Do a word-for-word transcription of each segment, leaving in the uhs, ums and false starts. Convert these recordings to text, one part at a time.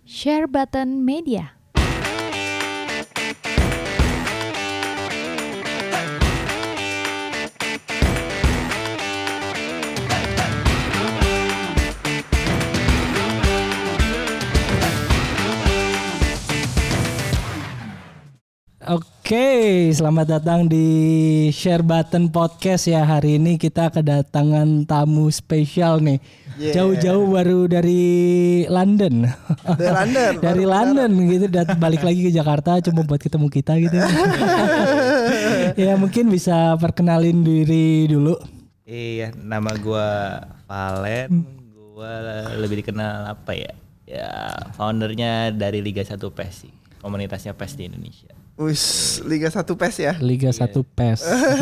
Share Button Media. Oke, selamat datang di Share Button Podcast ya. Hari ini kita kedatangan tamu spesial nih. Yeah. Jauh-jauh baru dari London. Dari London. dari London gitu, dan balik lagi ke Jakarta cuma buat ketemu kita gitu. Ya mungkin bisa perkenalin diri dulu. Iya, nama gue Valen. Gue lebih dikenal apa ya? Ya, foundernya dari Liga satu P E S sih. Komunitasnya P E S di Indonesia. Wis, Liga satu P E S ya? Liga satu P E S.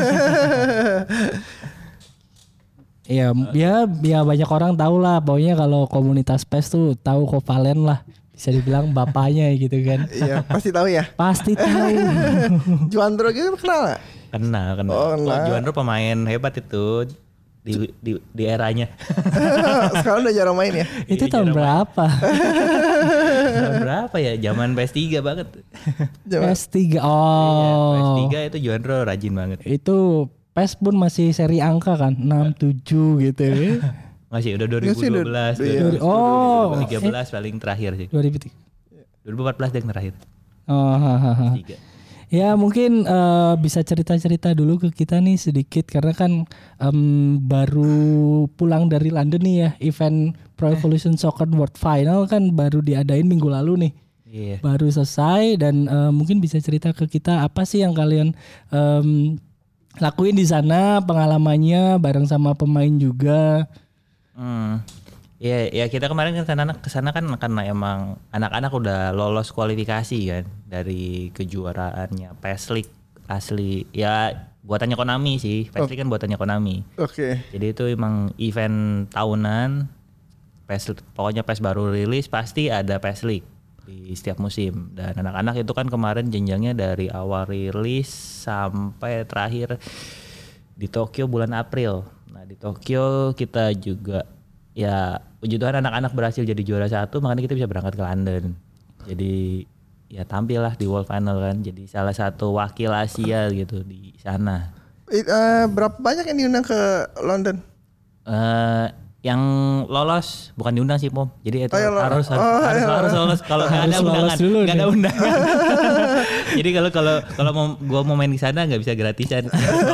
Iya, ya, ya banyak orang tahu lah. Pokoknya kalau komunitas P E S tuh tahu kok Valen lah. Bisa dibilang bapaknya gitu kan. Iya, pasti tahu ya. Pasti tahu. Juandro gitu kenal gak? Kenal, kenal. Oh, kenal. Juandro pemain hebat itu di di, di eranya. Sekarang udah jarang main ya? Itu tahun berapa? Tahun berapa ya? Zaman P S tiga banget. P S tiga. Oh. Iya, P S tiga itu Juandro rajin banget. Itu P E S pun masih seri angka kan, enam tujuh gitu. Masih udah dua ribu dua belas. Iya. Oh, dua ribu tiga belas paling terakhir sih. dua ribu tiga. dua ribu empat belas yang terakhir. Oh, hahaha. Tiga. Ya mungkin uh, bisa cerita-cerita dulu ke kita nih sedikit, karena kan um, baru pulang dari London nih ya. Event Pro Evolution Soccer World Final kan baru diadain minggu lalu nih. Iya. Baru selesai, dan uh, mungkin bisa cerita ke kita apa sih yang kalian um, lakuin di sana, pengalamannya bareng sama pemain juga. Hmm. Ya, ya kita kemarin kan kesana, kesana kan karena emang anak-anak udah lolos kualifikasi kan dari kejuaraannya P E S League asli. Ya buatannya Konami sih, P E S League kan buatannya Konami. Oke. Okay. Jadi itu emang event tahunan. P E S, pokoknya P E S baru rilis pasti ada P E S League di setiap musim. Dan anak-anak itu kan kemarin jenjangnya dari awal rilis sampai terakhir di Tokyo bulan April. Nah di Tokyo kita juga ya puji Tuhan anak-anak berhasil jadi juara satu, makanya kita bisa berangkat ke London. Jadi ya tampil lah di World Final kan. Jadi salah satu wakil Asia gitu di sana. It, uh, berapa banyak yang diundang ke London? Uh, yang lolos bukan diundang sih Pom. Jadi itu oh, ya, harus, oh, harus, ya, harus harus lolos. Kalau nggak ada undangan, nggak ada undangan. Jadi kalau kalau kalau mau gua mau main di sana nggak bisa gratisan.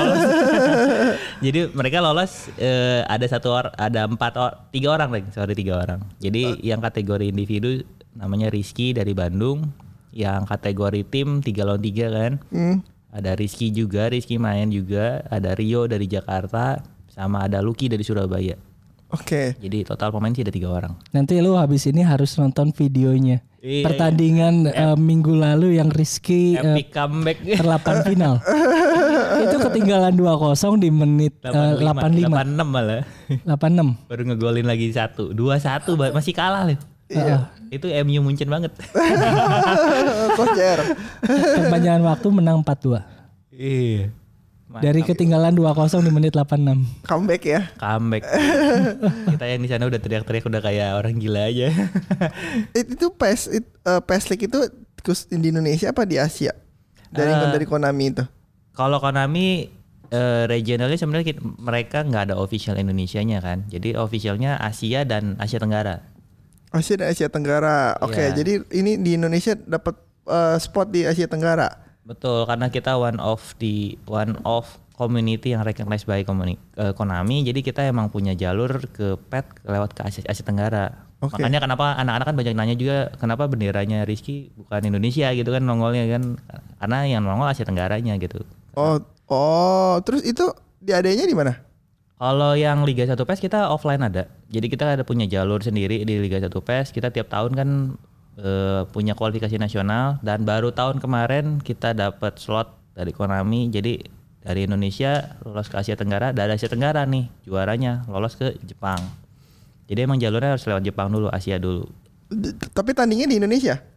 Jadi mereka lolos eh, ada satu or, ada empat or, tiga orang lagi, sorry tiga orang. Jadi uh. yang kategori individu namanya Rizky dari Bandung, yang kategori tim tiga lawan tiga kan. Hmm. Ada Rizky juga, Rizky main juga, ada Rio dari Jakarta, sama ada Lucky dari Surabaya. Oke. Okay. Jadi total pemain sih ada tiga orang. Nanti lu habis ini harus nonton videonya. Iya, pertandingan iya. Uh, minggu lalu yang Rizky epic uh, comeback terlapan final. Itu ketinggalan dua kosong di menit delapan puluh lima. delapan puluh enam malah. delapan puluh enam. Baru ngegolin lagi satu. dua satu masih kalah loh. Iya. Uh, itu M U Munchen banget. Kocer. Kepanjangan waktu menang empat dua. Iya. Mantap. Dari ketinggalan dua kosong di menit delapan puluh enam. Comeback ya. Comeback. Kita yang di sana udah teriak-teriak udah kayak orang gila aja. It, itu P E S it, uh, P E S League itu di Indonesia apa di Asia? Dari uh, dari Konami itu. Kalau Konami uh, regionalnya sebenarnya kita, mereka nggak ada official Indonesianya kan. Jadi officialnya Asia dan Asia Tenggara. Asia dan Asia Tenggara. Oke, okay, yeah. Jadi ini di Indonesia dapat uh, spot di Asia Tenggara. Betul, karena kita one of the one of community yang recognized by komuni, uh, Konami, jadi kita emang punya jalur ke P E T lewat ke Asia, Asia Tenggara. Okay. Makanya kenapa anak-anak kan banyak nanya juga kenapa benderanya Rizky bukan Indonesia gitu kan nongolnya kan, karena yang nongol Asia Tenggaranya gitu. Oh, oh, terus itu diadanya di mana? Kalau yang Liga satu P E S kita offline ada, jadi kita ada punya jalur sendiri di Liga satu P E S. Kita tiap tahun kan Uh, punya kualifikasi nasional, dan baru tahun kemarin kita dapat slot dari Konami, jadi dari Indonesia lolos ke Asia Tenggara, dari Asia Tenggara nih juaranya lolos ke Jepang. Jadi emang jalurnya harus lewat Jepang dulu, Asia dulu. D- tapi tandingnya di Indonesia?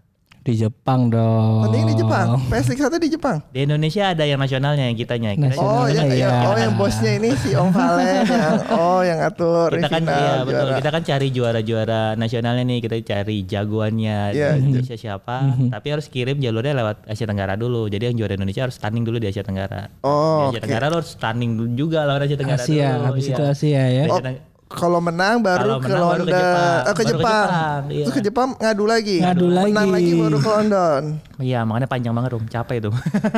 Di Jepang dong. Tanding di Jepang. P S League satu di Jepang. Di Indonesia ada yang nasionalnya yang kitanya. Kita Oh ya, Nasionalnya ya. ya. Oh yang bosnya ini si Om Valen yang oh yang atur kita kan final, iya betul juara. kita kan cari juara-juara nasionalnya nih, kita cari jagoannya Iya, di Indonesia siapa, tapi harus kirim jalurnya lewat Asia Tenggara dulu. Jadi yang juara Indonesia harus tanding dulu di Asia Tenggara. Oh, di Asia oke. Tenggara lo harus tanding dulu juga lawan Asia Tenggara Asia, dulu. habis iya. itu Asia ya. Oh, Asia Teng- kalau menang baru Kalau ke menang baru ke London, Jepang. eh, ke Baru ke Jepang. Jepang, iya. Terus ke Jepang ngadu lagi. Ngadu lagi. Menang lagi baru ke London. Iya, makanya panjang banget Rum, capek tuh.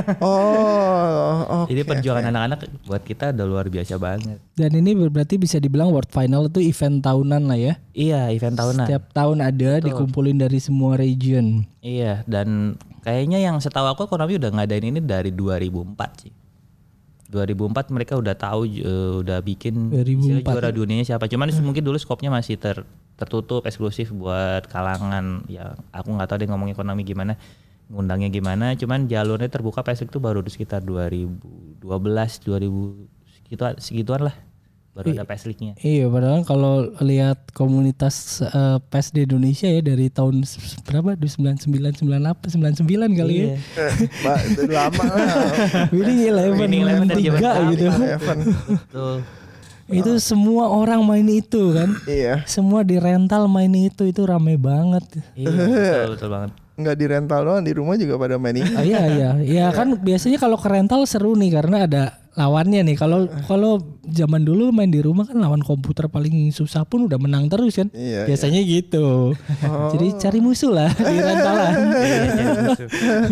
Oh, oke. Jadi perjuangan anak-anak buat kita udah luar biasa banget. Dan ini berarti bisa dibilang World Final itu event tahunan lah ya. Iya, event tahunan. Setiap tahun ada, dikumpulin dari semua region. Iya, dan kayaknya yang setahu aku Konami udah ngadain ini dari dua ribu empat sih. dua ribu empat mereka udah tahu uh, udah bikin dua ribu empat juara dunianya siapa. Cuman mungkin dulu skopnya masih ter, tertutup eksklusif buat kalangan ya. Aku nggak tahu deh ngomongin Konami gimana, ngundangnya gimana. Cuman jalurnya terbuka P S League itu baru di sekitar dua ribu dua belas dua ribu segitu segituan lah. Baru ada P S League-nya. Iya, padahal kalau lihat komunitas uh, P E S di Indonesia ya dari tahun s- berapa? sembilan puluh sembilan, sembilan puluh delapan, sembilan puluh sembilan kali ya. Iya. Mbak, itu lama lah. Winning Eleven, Winning Eleven dari zaman tiga kami. gitu. Eleven. Betul. Itu semua orang main itu kan. Iya. Semua di rental main itu, itu rame banget. Iya, betul, betul banget. Nggak di rental doang, di rumah juga pada main ini. Ah, iya iya, ya kan biasanya kalau ke rental seru nih karena ada lawannya nih. Kalau kalau zaman dulu main di rumah kan lawan komputer paling susah pun udah menang terus kan. Iya, Biasanya gitu. Jadi cari musuh lah di rentalan. Iya, jadi gitu.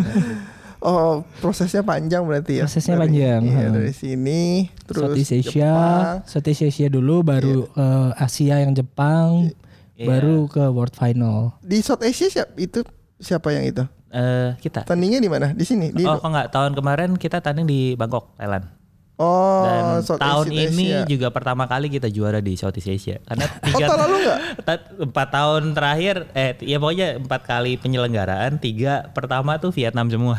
Oh, prosesnya panjang berarti ya. Prosesnya Dari- panjang, Iya, ha. dari sini terus Southeast Asia, Jepang. Southeast Asia dulu baru eh, Asia yang Jepang, Iya. baru ke World Final. Di South Asia siapa itu? Siapa yang itu? Eh, kita. Tandingnya di mana? Di sini. Di Oh, kok enggak, tahun kemarin kita tanding di Bangkok, Thailand. Oh, Dan South tahun Asia. ini juga pertama kali kita juara di Southeast Asia. Karena Oh, tiga tahun lalu nggak? ta- empat tahun terakhir, eh ya pokoknya empat kali penyelenggaraan, tiga pertama tuh Vietnam semua.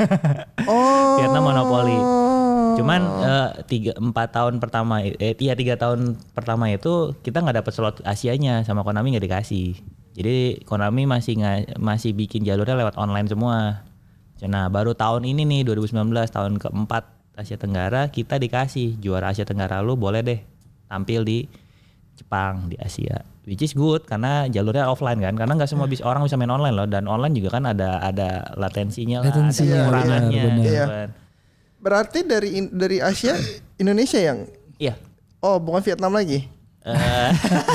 Oh. Vietnam monopoli. Cuman eh, tiga empat tahun pertama, eh iya tiga tahun pertama itu kita nggak dapet slot Asianya, sama Konami nggak dikasih. Jadi Konami masih nga, masih bikin jalurnya lewat online semua. Nah baru tahun ini nih dua ribu sembilan belas tahun keempat Asia Tenggara kita dikasih juara Asia Tenggara, lu boleh deh tampil di Jepang di Asia, which is good karena jalurnya offline kan, karena nggak semua bisa orang bisa main online loh, dan online juga kan ada ada latensinya lah, Latensinya, ada kekurangannya. benar, benar. gitu Iya. kan. Berarti dari in- dari Asia Indonesia yang Iya. oh bukan Vietnam lagi. Eh,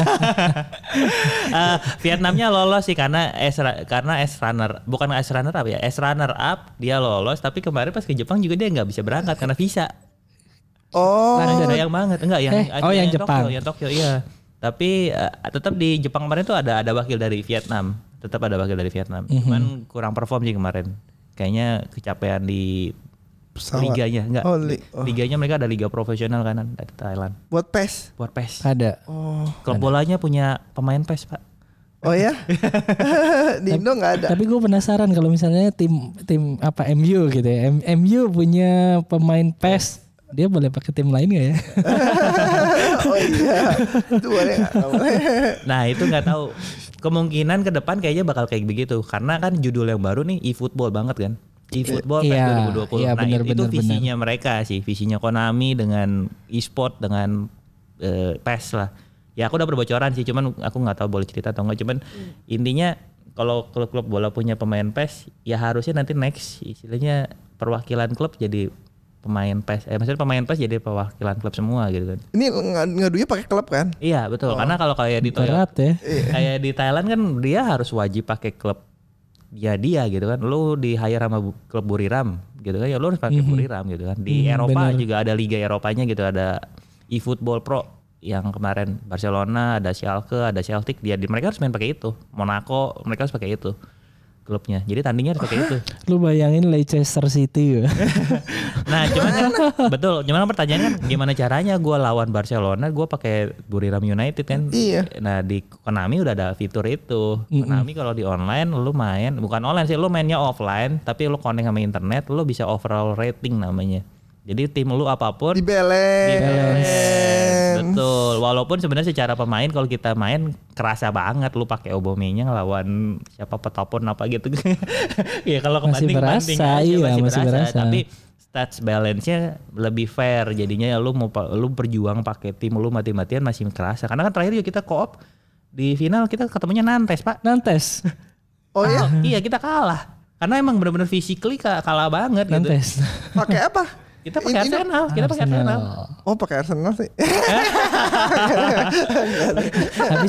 eh, Vietnamnya lolos sih karena S karena S runner bukan S runner up ya S runner up dia lolos, tapi kemarin pas ke Jepang juga dia nggak bisa berangkat karena visa. Oh. Nah, sayang banget enggak yang Eh, oh, yang Jepang. Tokyo, yang Tokyo iya. Tapi uh, tetap di Jepang kemarin tuh ada ada wakil dari Vietnam, tetap ada wakil dari Vietnam. Cuman kurang perform sih kemarin. Kayaknya kecapean di Pesawat. liganya enggak. Oh, li- oh. Liganya mereka ada liga profesional kan dari Thailand. Buat P E S. Buat P E S. Ada. Oh. Klub bolanya punya pemain P E S, Pak. Oh ya? Di Indo nggak ada. Tapi gue penasaran kalau misalnya tim tim apa M U gitu ya. M- MU punya pemain P E S, dia boleh pakai tim lain gak ya? Oh iya. Itu boleh nggak? Nggak boleh. Nah, itu nggak tahu. Kemungkinan ke depan kayaknya bakal kayak begitu karena kan judul yang baru nih e-football banget kan. E-football P E S Iya, dua ribu dua puluh. iya, Nah, bener, itu, itu bener, visinya mereka sih, visinya Konami dengan e-sport dengan eh, P E S lah. Ya aku udah berbocoran sih, cuman aku nggak tahu boleh cerita atau enggak. Cuman intinya kalau klub-klub bola punya pemain P E S, ya harusnya nanti next istilahnya perwakilan klub jadi pemain P E S. Eh maksudnya pemain P E S jadi perwakilan klub semua gitu kan. Ini ng- ngadunya pakai klub kan? Iya betul, karena kalau kayak di Toyota, Berat ya. kayak di Thailand kan dia harus wajib pakai klub ya dia gitu kan. Lu di hire sama bu- klub Buriram gitu kan, ya lu harus pakai Buriram gitu kan. Di Mhm, Eropa benar. juga ada liga Eropanya gitu, ada eFootball Pro yang kemarin Barcelona, ada Schalke, ada Celtic, dia di mereka harus main pakai itu. Monaco mereka harus pakai itu klubnya. Jadi tandingnya harus pakai itu. Lu bayangin Leicester City ya. Nah, cuman kan betul, cuman pertanyaannya kan gimana caranya gue lawan Barcelona gue pakai Buriram United kan. Iya. Nah, di Konami udah ada fitur itu. Konami kalau di online lu main, bukan online sih, lu mainnya offline tapi lu connect sama internet, lu bisa overall rating namanya. Jadi tim lu apapun Di balance. di balance. Betul. Walaupun sebenarnya secara pemain kalau kita main kerasa banget lu pakai Aubameyang ngelawan siapa Petopon apa gitu. Ya kalau Masih kebanding berasa, banding aja iya, masih, masih berasa. berasa. Tapi stats balance-nya lebih fair. Jadinya ya lu mau pa- lu berjuang pakai tim lu mati-matian masih kerasa. Karena kan terakhir juga kita co-op di final kita ketemunya Nantes, Pak. Nantes. Oh ya, Iya, kita kalah. Karena emang benar-benar physically ka- kalah banget gitu. Nantes. pakai apa? Kita pakai Ini- Arsenal, kita pakai Arsenal. Oh pakai Arsenal sih. Habis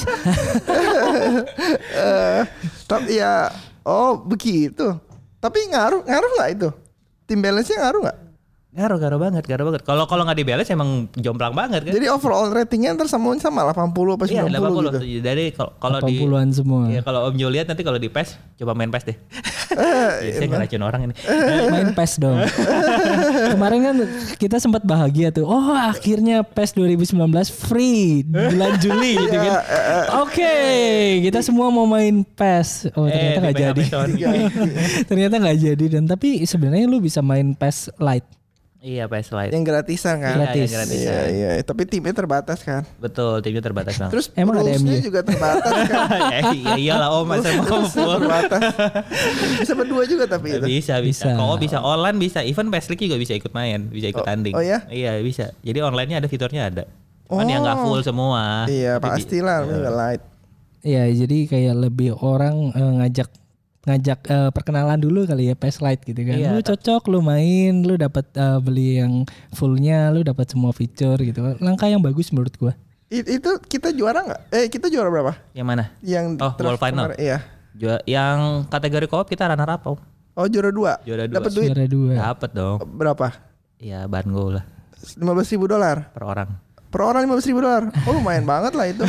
Eh, Tapi ya, oh begitu. Tapi ngaruh ngaruh nggak itu? Tim balance-nya ngaruh nggak? Ngaruh, ngaruh banget, ngaruh banget. Kalau kalau nggak di balance emang jomplang banget kan. Jadi overall ratingnya ntar sama sama delapan puluh apa Iya, sembilan delapan puluh puluh. gitu. Jadi kalau kalau di delapan puluhan semua. Iya, kalau Om Jo lihat nanti kalau di P E S coba main P E S deh. Ya, saya ngeracun orang ini. Main P E S dong. Kemarin kan kita sempat bahagia tuh. Oh, akhirnya P E S dua ribu sembilan belas free bulan Juli gitu kan. Oke, kita semua mau main P E S. Oh, ternyata nggak di jadi. P H P Sony. Ternyata nggak jadi dan tapi sebenarnya lu bisa main P E S Lite. Iya, P E S Lite. Yang gratisan kan? Iya, gratis. yang gratisan. Iya iya. Tapi timnya terbatas kan? Betul, timnya terbatas bang. Terus Emang ada rulesnya M U? juga terbatas kan? ya, iya iyalah Om, masa mau Rulesnya terbatas. Bisa berdua juga tapi itu. Bisa, bisa. Bisa. Kalau bisa online bisa, even P E S League juga bisa ikut main, bisa ikut Oh, tanding. oh ya? Iya bisa. Jadi online-nya ada fiturnya ada. Cuman ya nggak Oh. full semua. Iya Tapi bi- pastilah, juga light. Iya, jadi kayak lebih orang eh, ngajak ngajak eh, perkenalan dulu kali ya P E S Lite gitu kan. Iya, Lu cocok, lu main, lu dapat eh, beli yang fullnya, lu dapat semua fitur gitu. Langkah yang bagus menurut gua. It- itu kita juara nggak? Eh kita juara berapa? Yang mana? Yang Oh, draft World Final. kemarin, Iya. Ju- Yang kategori co-op kita runner up Om. Oh juara dua. Juara dua. Dapat duit Juara dua. Dapat dong. berapa? Ya ban gol lah lima belas ribu dolar per orang. per orang, lima belas ribu dolar. Oh lumayan banget lah itu.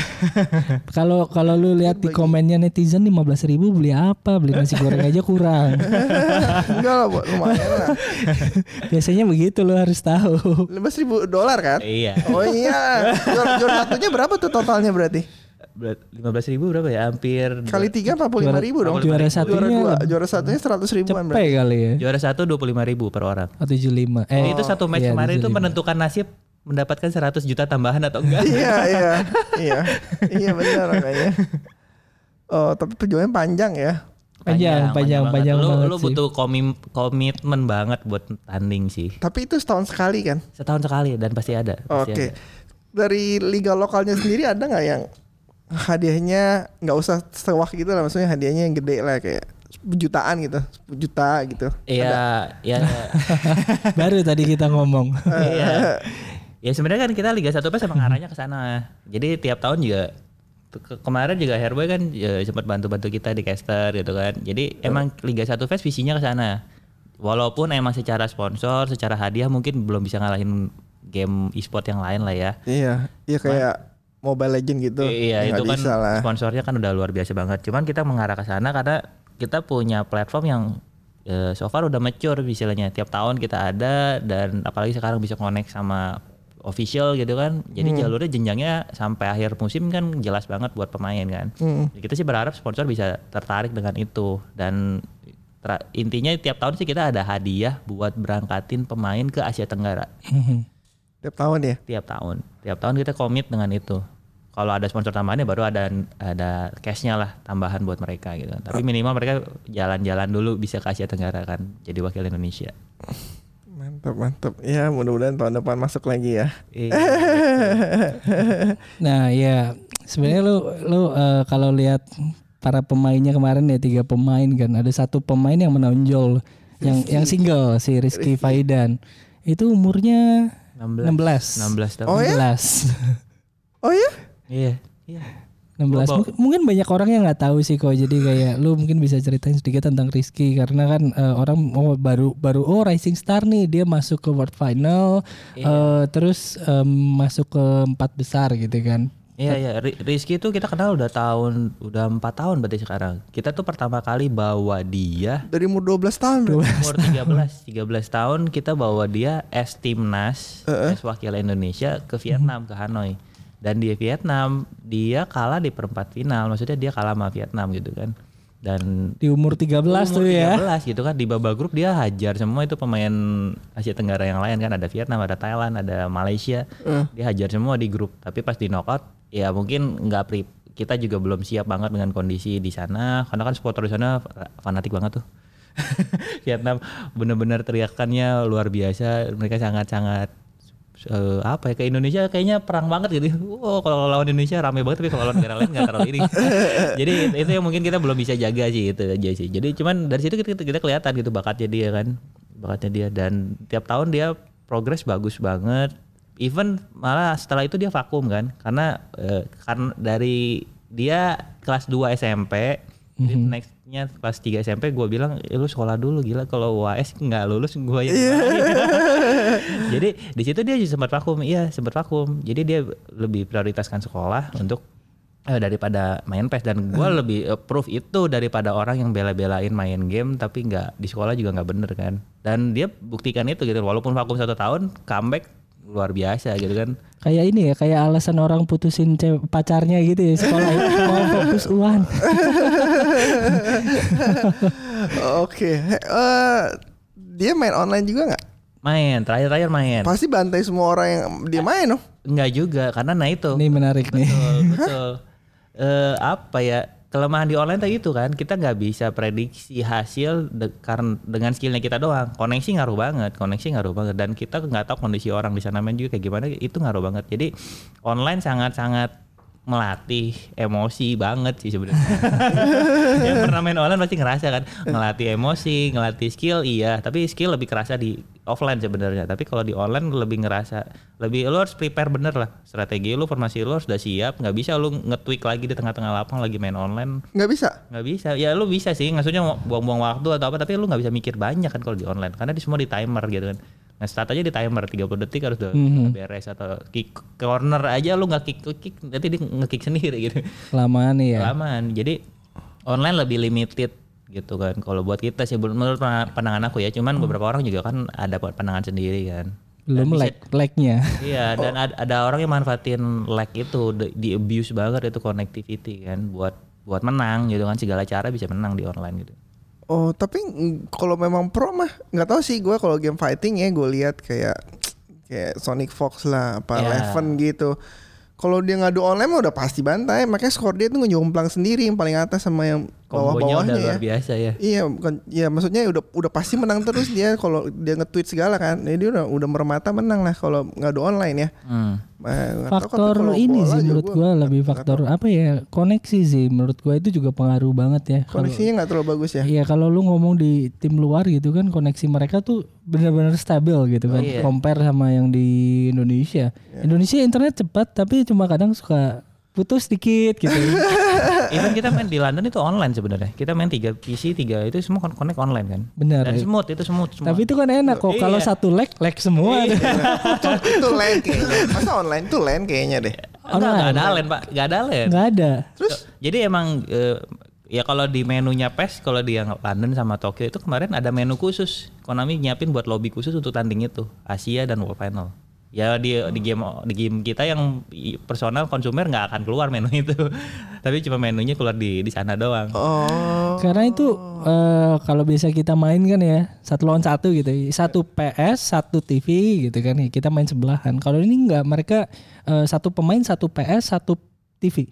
Kalau kalau lu lihat di komennya netizen lima belas ribu beli apa? Beli nasi goreng aja kurang. Enggak lah, Bu. Lumayan lah. Biasanya begitu lu harus tahu. lima belas ribu dolar kan? Iya. Oh iya. Juara, juara satunya berapa tuh totalnya berarti? lima belas ribu berapa ya? Hampir Kali tiga empat puluh lima ribu dong. Juara Juara satunya dua, juara satunya seratus ribuan cepet berarti. kali ya. juara satu dua puluh lima ribu per orang. Oh, tujuh puluh lima. Eh, Jadi itu satu match iya, kemarin itu tujuh puluh lima. menentukan nasib mendapatkan seratus juta tambahan atau enggak. Iya iya iya iya benar kayaknya. Oh tapi perjuangannya panjang ya. Panjang, panjang, banget. panjang Lu, banget lu sih. butuh komi- komitmen banget buat tanding sih. Tapi itu setahun sekali kan? Setahun sekali dan pasti ada. Pasti Oke. ada. Dari liga lokalnya sendiri ada nggak yang hadiahnya nggak usah sewah gitu lah, maksudnya hadiahnya yang gede lah kayak jutaan gitu, sepuluh juta gitu. Iya, ya. Baru tadi kita ngomong. Iya. Ya sebenarnya kan kita Liga satu P E S emang arahnya ke sana. Jadi tiap tahun juga ke- kemarin juga Herboy kan ya, sempat bantu-bantu kita di caster gitu kan. Jadi emang Liga satu P E S visinya ke sana. Walaupun emang secara sponsor, secara hadiah mungkin belum bisa ngalahin game e-sport yang lain lah ya. Iya, iya kayak Mobile Legend gitu. Iya, Nggak itu kan bisa lah. sponsornya kan udah luar biasa banget. Cuman kita mengarah ke sana karena kita punya platform yang eh, so far udah mature istilahnya. Tiap tahun kita ada dan apalagi sekarang bisa connect sama official gitu kan. Jadi Hmm. jalurnya jenjangnya sampai akhir musim kan jelas banget buat pemain kan. Hmm. Jadi kita sih berharap sponsor bisa tertarik dengan itu dan tra- intinya tiap tahun sih kita ada hadiah buat berangkatin pemain ke Asia Tenggara. Tiap tahun ya. Tiap tahun, tiap tahun kita komit dengan itu. Kalau ada sponsor tambahannya baru ada ada cashnya lah tambahan buat mereka gitu. Tapi minimal mereka jalan-jalan dulu bisa ke Asia Tenggara kan, jadi wakil Indonesia. Mantap mantap. Ya mudah-mudahan tahun depan masuk lagi ya. Iya. Nah, ya sebenarnya lu lu eh, kalau lihat para pemainnya kemarin ya tiga pemain kan, ada satu pemain yang menonjol yang yang single si Rizky Faidan. Itu umurnya enam belas. enam belas tahun. Oh ya? enam belas. Oh ya? Iya. Iya. enam belas. Bawa- Mungkin, mungkin banyak orang yang nggak tahu sih kok. Jadi kayak lu mungkin bisa ceritain sedikit tentang Rizky karena kan eh, orang oh baru baru oh Rising Star nih dia masuk ke World Final eh, terus em, masuk ke empat besar gitu kan. Iya iya, Ri- Rizky itu kita kenal udah tahun udah empat tahun berarti sekarang. Kita tuh pertama kali bawa dia Dari umur dua belas tahun berarti. umur tiga belas tiga belas tahun kita bawa dia as timnas, as wakil Indonesia ke Vietnam ke Hanoi. Dan di Vietnam dia kalah di perempat final, maksudnya dia kalah sama Vietnam gitu kan. Dan Di umur tiga belas umur tuh ya. tiga belas gitu kan, di babak grup dia hajar semua itu pemain Asia Tenggara yang lain kan, ada Vietnam, ada Thailand, ada Malaysia. Uh. Dia hajar semua di grup, tapi pas di knockout ya mungkin nggak pre kita juga belum siap banget dengan kondisi di sana karena kan supporter di sana fanatik banget tuh. Vietnam bener-bener teriakannya luar biasa, mereka sangat-sangat uh, apa ya, ke Indonesia kayaknya perang banget gitu. Oh, kalau lawan Indonesia rame banget, tapi kalau lawan negara lain nggak terlalu ini. Jadi itu yang mungkin kita belum bisa jaga sih, itu aja sih. Jadi cuman dari situ kita, kita kelihatan gitu bakatnya dia kan, bakatnya dia, dan tiap tahun dia progres bagus banget. Even malah setelah itu dia vakum kan, karena uh, karena dari dia kelas dua S M P, mm-hmm. jadi nextnya kelas tiga S M P gue bilang, eh, lu sekolah dulu, gila kalau U A S nggak lulus gue yang jadi di situ dia sempat vakum, iya sempat vakum. Jadi dia lebih prioritaskan sekolah untuk eh, daripada main P E S, dan gue lebih approve itu daripada orang yang bela-belain main game tapi nggak di sekolah juga nggak bener kan. Dan dia buktikan itu gitu, walaupun vakum satu tahun, comeback luar biasa gitu kan. Kayak ini ya, kayak alasan orang putusin cewek pacarnya gitu ya, sekolah itu mau fokus U A N. Oke, uh, dia main online juga nggak? Main, terakhir-terakhir main. Pasti bantai semua orang yang dia main dong. Enggak juga, karena nah itu. Ini menarik nih. Betul, betul. Eh, apa ya, kelemahan di online tadi itu kan, kita nggak bisa prediksi hasil de- karena dengan skillnya kita doang. Koneksi ngaruh banget, koneksi ngaruh banget, dan kita nggak tahu kondisi orang di sana main juga kayak gimana, itu ngaruh banget. Jadi online sangat-sangat melatih emosi banget sih sebenarnya. Yang pernah main online pasti ngerasa kan, ngelatih emosi, ngelatih skill, iya. Tapi skill lebih kerasa di offline sebenarnya. Tapi kalau di online lebih ngerasa, lebih lu harus prepare bener lah. Strategi lu, formasi lu harus udah siap. Nggak bisa lu nge-tweak lagi di tengah-tengah lapangan lagi main online. Nggak bisa? Nggak bisa. Ya lu bisa sih, maksudnya buang-buang waktu atau apa. Tapi lu nggak bisa mikir banyak kan kalau di online. Karena di semua di timer gitu kan. Nah start aja di timer tiga puluh detik harus udah Mm-hmm. beres, atau kick corner aja lu nggak kick kick nanti dia nge-kick sendiri gitu. Lamaan nih ya. Lamaan. Jadi online lebih limited gitu kan. Kalau buat kita sih menurut pandangan aku ya, cuman beberapa orang juga kan ada pandangan sendiri kan. Belum Dan lag lagnya. Iya, dan ada, ada orang yang manfaatin lag itu, di, di abuse banget itu connectivity kan, buat buat menang gitu kan, segala cara bisa menang di online gitu. Oh tapi mm, kalau memang pro mah nggak tahu sih gue, kalau game fighting ya gue lihat kayak kayak Sonic Fox lah, apa Ya. Eleven gitu. Kalau dia ngadu online mah udah pasti bantai, makanya skor dia tuh ngejomplang sendiri yang paling atas sama yang Kombonya bawah-bawahnya udah ya. luar biasa ya. Iya, bukan ya maksudnya udah udah pasti menang terus dia kalau dia nge-tweet segala kan. Jadi dia udah udah mermata menang lah kalau ngadu online ya. Hmm. Nah, nggak tahu, Faktor tapi kalau ini bola sih juga menurut gua gua nggak- lebih nggak faktor tahu. apa ya, koneksi sih menurut gua itu juga pengaruh banget ya. Kalau- Koneksinya nggak terlalu bagus ya. Iya, kalau lu ngomong di tim luar gitu kan, koneksi mereka tuh benar-benar stabil gitu kan, Oh, iya. compare sama yang di Indonesia. Indonesia internet cepat tapi cuma kadang suka putus dikit gitu. Even kita main di London itu online sebenarnya. Kita main tiga P C, tiga itu semua kon- connect online kan. Benar. Dan smooth itu smooth semua. Tapi itu kan enak kok, kalau Iya. satu lag lag semua. itu, itu LAN kayaknya. Masa online tuh LAN kayaknya deh. Enggak, enggak ada LAN, Pak. Enggak ada LAN. Nggak ada. Terus Jadi emang eh, ya kalau di menunya P E S, kalau di yang London sama Tokyo itu kemarin ada menu khusus. Konami nyiapin buat lobby khusus untuk tanding itu, Asia dan World Final. Ya di di game di game kita yang personal konsumer nggak akan keluar menu itu. Tapi cuma menunya keluar di di sana doang. oh Karena itu eh, kalau biasa kita main kan ya satu lawan satu gitu, satu P S, satu T V gitu kan, kita main sebelahan. Kalau ini enggak, mereka eh, satu pemain, satu P S, satu T V.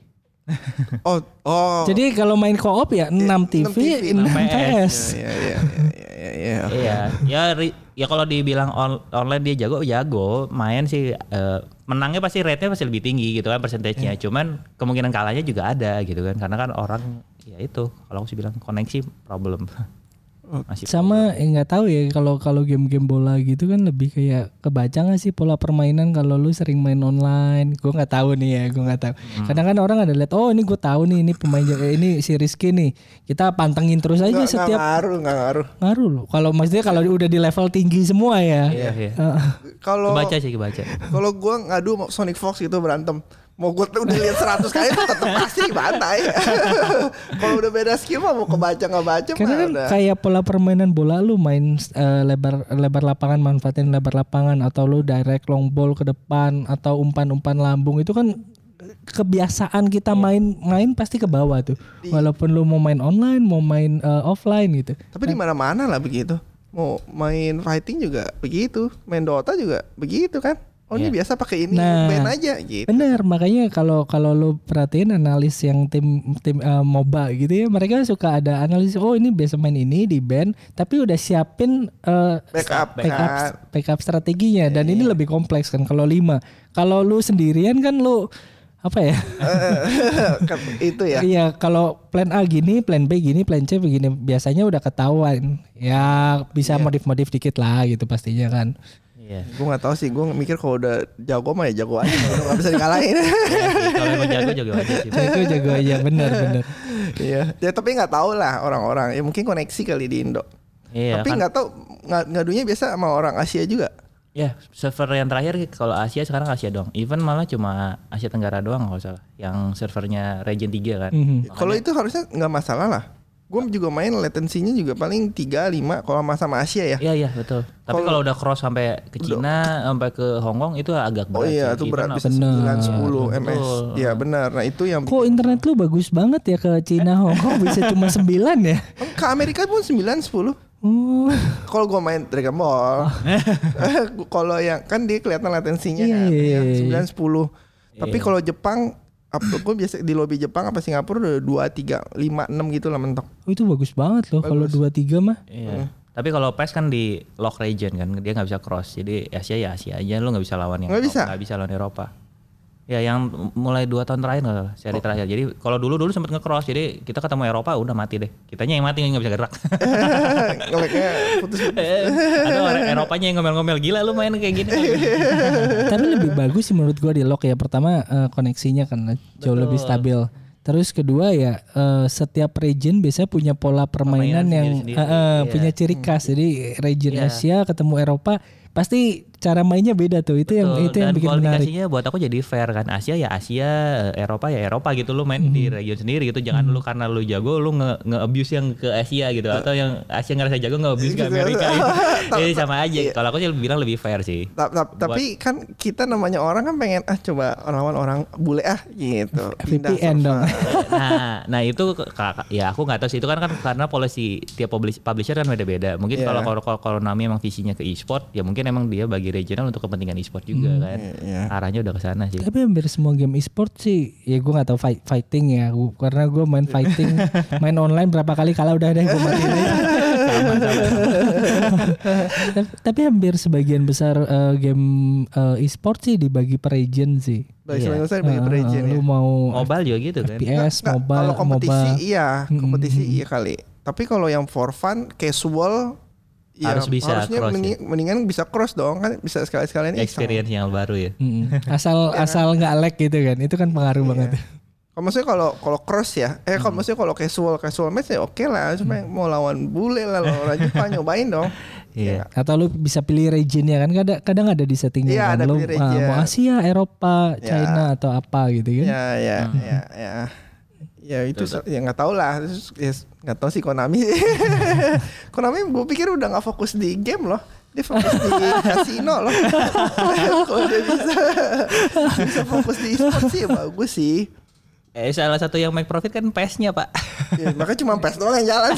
oh oh. Jadi kalau main co-op ya enam T V, enam T V, enam enam P S. Iya iya iya iya iya. Iya, ya ri- ya kalau dibilang on- online dia jago, jago. Main sih eh, menangnya pasti rate-nya pasti lebih tinggi gitu kan persentasenya. Cuman kemungkinan kalahnya juga ada gitu kan, karena kan orang ya itu kalau aku sih bilang koneksi problem. Masih Sama eh, nggak tahu ya, kalau kalau game-game bola gitu kan lebih kayak kebaca nggak sih pola permainan kalau lu sering main online. Gue nggak tahu nih ya, gue nggak tahu. Kadang kan orang ada lihat, oh ini gue tahu nih, ini pemain eh, ini si Rizky nih, kita pantengin terus aja Nggak, nggak setiap ngaruh nggak ngaruh. ngaruh loh. Kalau maksudnya kalau udah di level tinggi semua ya. Iya, iya. Heeh. Kalau Kebaca sih kebaca. kalau gue ngadu sama Sonic Fox gitu berantem, mau gue udah lihat seratus kali tetap pasti bantai. Kalau udah beda skill mah mau kebaca nggak baca mah Karena kan udah. kayak pola permainan bola, lu main eh, lebar lebar lapangan, manfaatin lebar lapangan, atau lu direct long ball ke depan atau umpan-umpan lambung, itu kan kebiasaan kita main-main pasti ke bawah tuh. Walaupun lu mau main online, mau main uh, offline gitu. Tapi di mana-mana lah begitu. Mau main fighting juga begitu, main Dota juga begitu kan. Oh ini Iya. biasa pakai ini, Nah, ban aja gitu. Bener, makanya kalau kalau lu perhatiin analis yang tim tim uh, MOBA gitu ya, mereka suka ada analis. Oh ini biasa main ini di band, tapi udah siapin uh, Backup, backup kan. backup strateginya. Dan ini lebih kompleks kan kalau lima. Kalau lu sendirian kan lu apa ya? Kan itu ya. Iya, kalau plan A gini, plan B gini, plan C begini, biasanya udah ketahuan. Ya bisa modif-modif dikit lah gitu pastinya kan. Iya. Gue nggak tahu sih, gue mikir kalau udah jago mah ya jago aja, kalau nggak bisa dikalahin. Iya sih, kalau emang jago jago aja sih. Jago jago aja, bener-bener. Iya, ya tapi nggak tahu lah orang-orang. Ya mungkin koneksi kali di Indo. Iya Tapi kan. nggak tahu nga- ngadunya biasa sama orang Asia juga. Ya, server yang terakhir kalau Asia sekarang Asia doang. Even malah cuma Asia Tenggara doang kalau salah. Yang servernya Region tiga kan. Mhm. Kalau itu harusnya nggak masalah lah. Gue juga main latensinya juga paling tiga lima kalau sama Asia ya. Iya iya betul. Tapi Kalau- kalau udah cross sampai ke Cina, sampai ke Hong Kong itu agak Oh berat. iya, sih. itu Even berat apa- bisa Bener. sembilan sepuluh M S. Betul. Iya benar. Nah itu yang Kok internet lu bagus banget ya ke Cina, Hong Kong bisa cuma sembilan ya? ke Amerika pun sembilan sepuluh. Oh, Kalau gue main Dragon Ball, kalau yang kan dia kelihatan latensinya Iya, kan, iya, iya, iya. sembilan sepuluh. Tapi Iya. kalau Jepang, apa gue biasa di lobby Jepang apa Singapura udah dua tiga lima enam gitu lah mentok. oh, itu bagus banget loh kalau dua tiga mah. Iya. Tapi kalau P E S kan di lock region kan, dia nggak bisa cross. Jadi Asia ya Asia aja, lu nggak bisa lawan yang Nggak Eropa, bisa? nggak bisa lawan Eropa. Ya yang mulai dua tahun terakhir nggak salah, seri terakhir. Jadi kalau dulu dulu sempat nge-cross, jadi kita ketemu Eropa udah mati deh. Kitanya yang mati nggak bisa gerak. Ngeleknya putus. Ada orang Eropanya yang ngomel-ngomel, gila lu main kayak gini. Tapi lebih bagus sih menurut gua di lock ya. Pertama eh, koneksinya kan jauh lebih stabil. Terus kedua ya eh, setiap region biasanya punya pola permainan Permainan yang sendiri-sendiri, eh, eh, iya. punya ciri khas. Jadi region Iya. Asia ketemu Eropa pasti cara mainnya beda tuh. Itu yang Betul, itu yang dan bikin menarik. kualifikasinya buat aku jadi fair kan. Asia ya Asia, Eropa ya Eropa gitu. Lu main Mhm. di region sendiri gitu. Jangan lu karena lu jago lu nge, nge-abuse yang ke Asia gitu, atau yang Asia ngerasa jago nge-abuse ke Gitu. Amerika gitu. Jadi sama aja. Iya. Kalau aku sih bilang lebih fair sih. Ta- ta- Tapi kan kita namanya orang kan pengen ah coba lawan orang bule ah gitu. V P N dong. nah, nah itu ke- ka- ya aku nggak tahu sih, itu kan kan karena polisi tiap publish- publisher kan beda-beda. Mungkin Iya. kalau kalau kalau kalau Konami emang visinya ke e-sport, ya mungkin emang dia bagi regional untuk kepentingan e-sport juga kan. iya. Arahnya udah ke sana sih. Tapi hampir semua game e-sport sih, ya gue nggak tahu fight, fighting ya, Gua- karena gue main fighting, main online berapa kali kalah udah deh gue matiin aja. tapi, tapi hampir sebagian besar eh, game eh, e-sport sih dibagi per region sih. Baik, Iya. sebenarnya saya bagi per Eh, region ya. lu mau Mobile juga gitu kan. F P S, Nggak, mobile, kalau kompetisi MOBA. iya, kompetisi iya kali. Tapi kalau yang for fun, casual ya Harus bisa harusnya cross mending- mendingan bisa cross dong kan, bisa sekali-sekalian iseng. Experience yang baru ya. Mm-mm. Asal asal nggak lag gitu kan, itu kan pengaruh banget. Kalau maksudnya kalau kalau cross ya, eh kalau maksudnya kalau casual casual match ya oke lah, cuma mau lawan bule lah, lawan orang Jepang nyobain dong. Iya. Atau lu bisa pilih regionnya kan, kadang kadang ada di settingnya Iya, kan. ada Lu pilih ah, region. mau Asia, Eropa, Ya. China atau apa gitu kan. Ya ya ya ya. Ya itu ya nggak tahu lah, terus ya, nggak tahu sih Konami. Konami gue pikir udah nggak fokus di game loh, dia fokus di kasino loh. Kalau dia bisa bisa fokus di e-sport sih ya bagus sih. Eh salah satu yang make profit kan P E S-nya Pak. Ya, makanya cuma P E S doang yang jalan.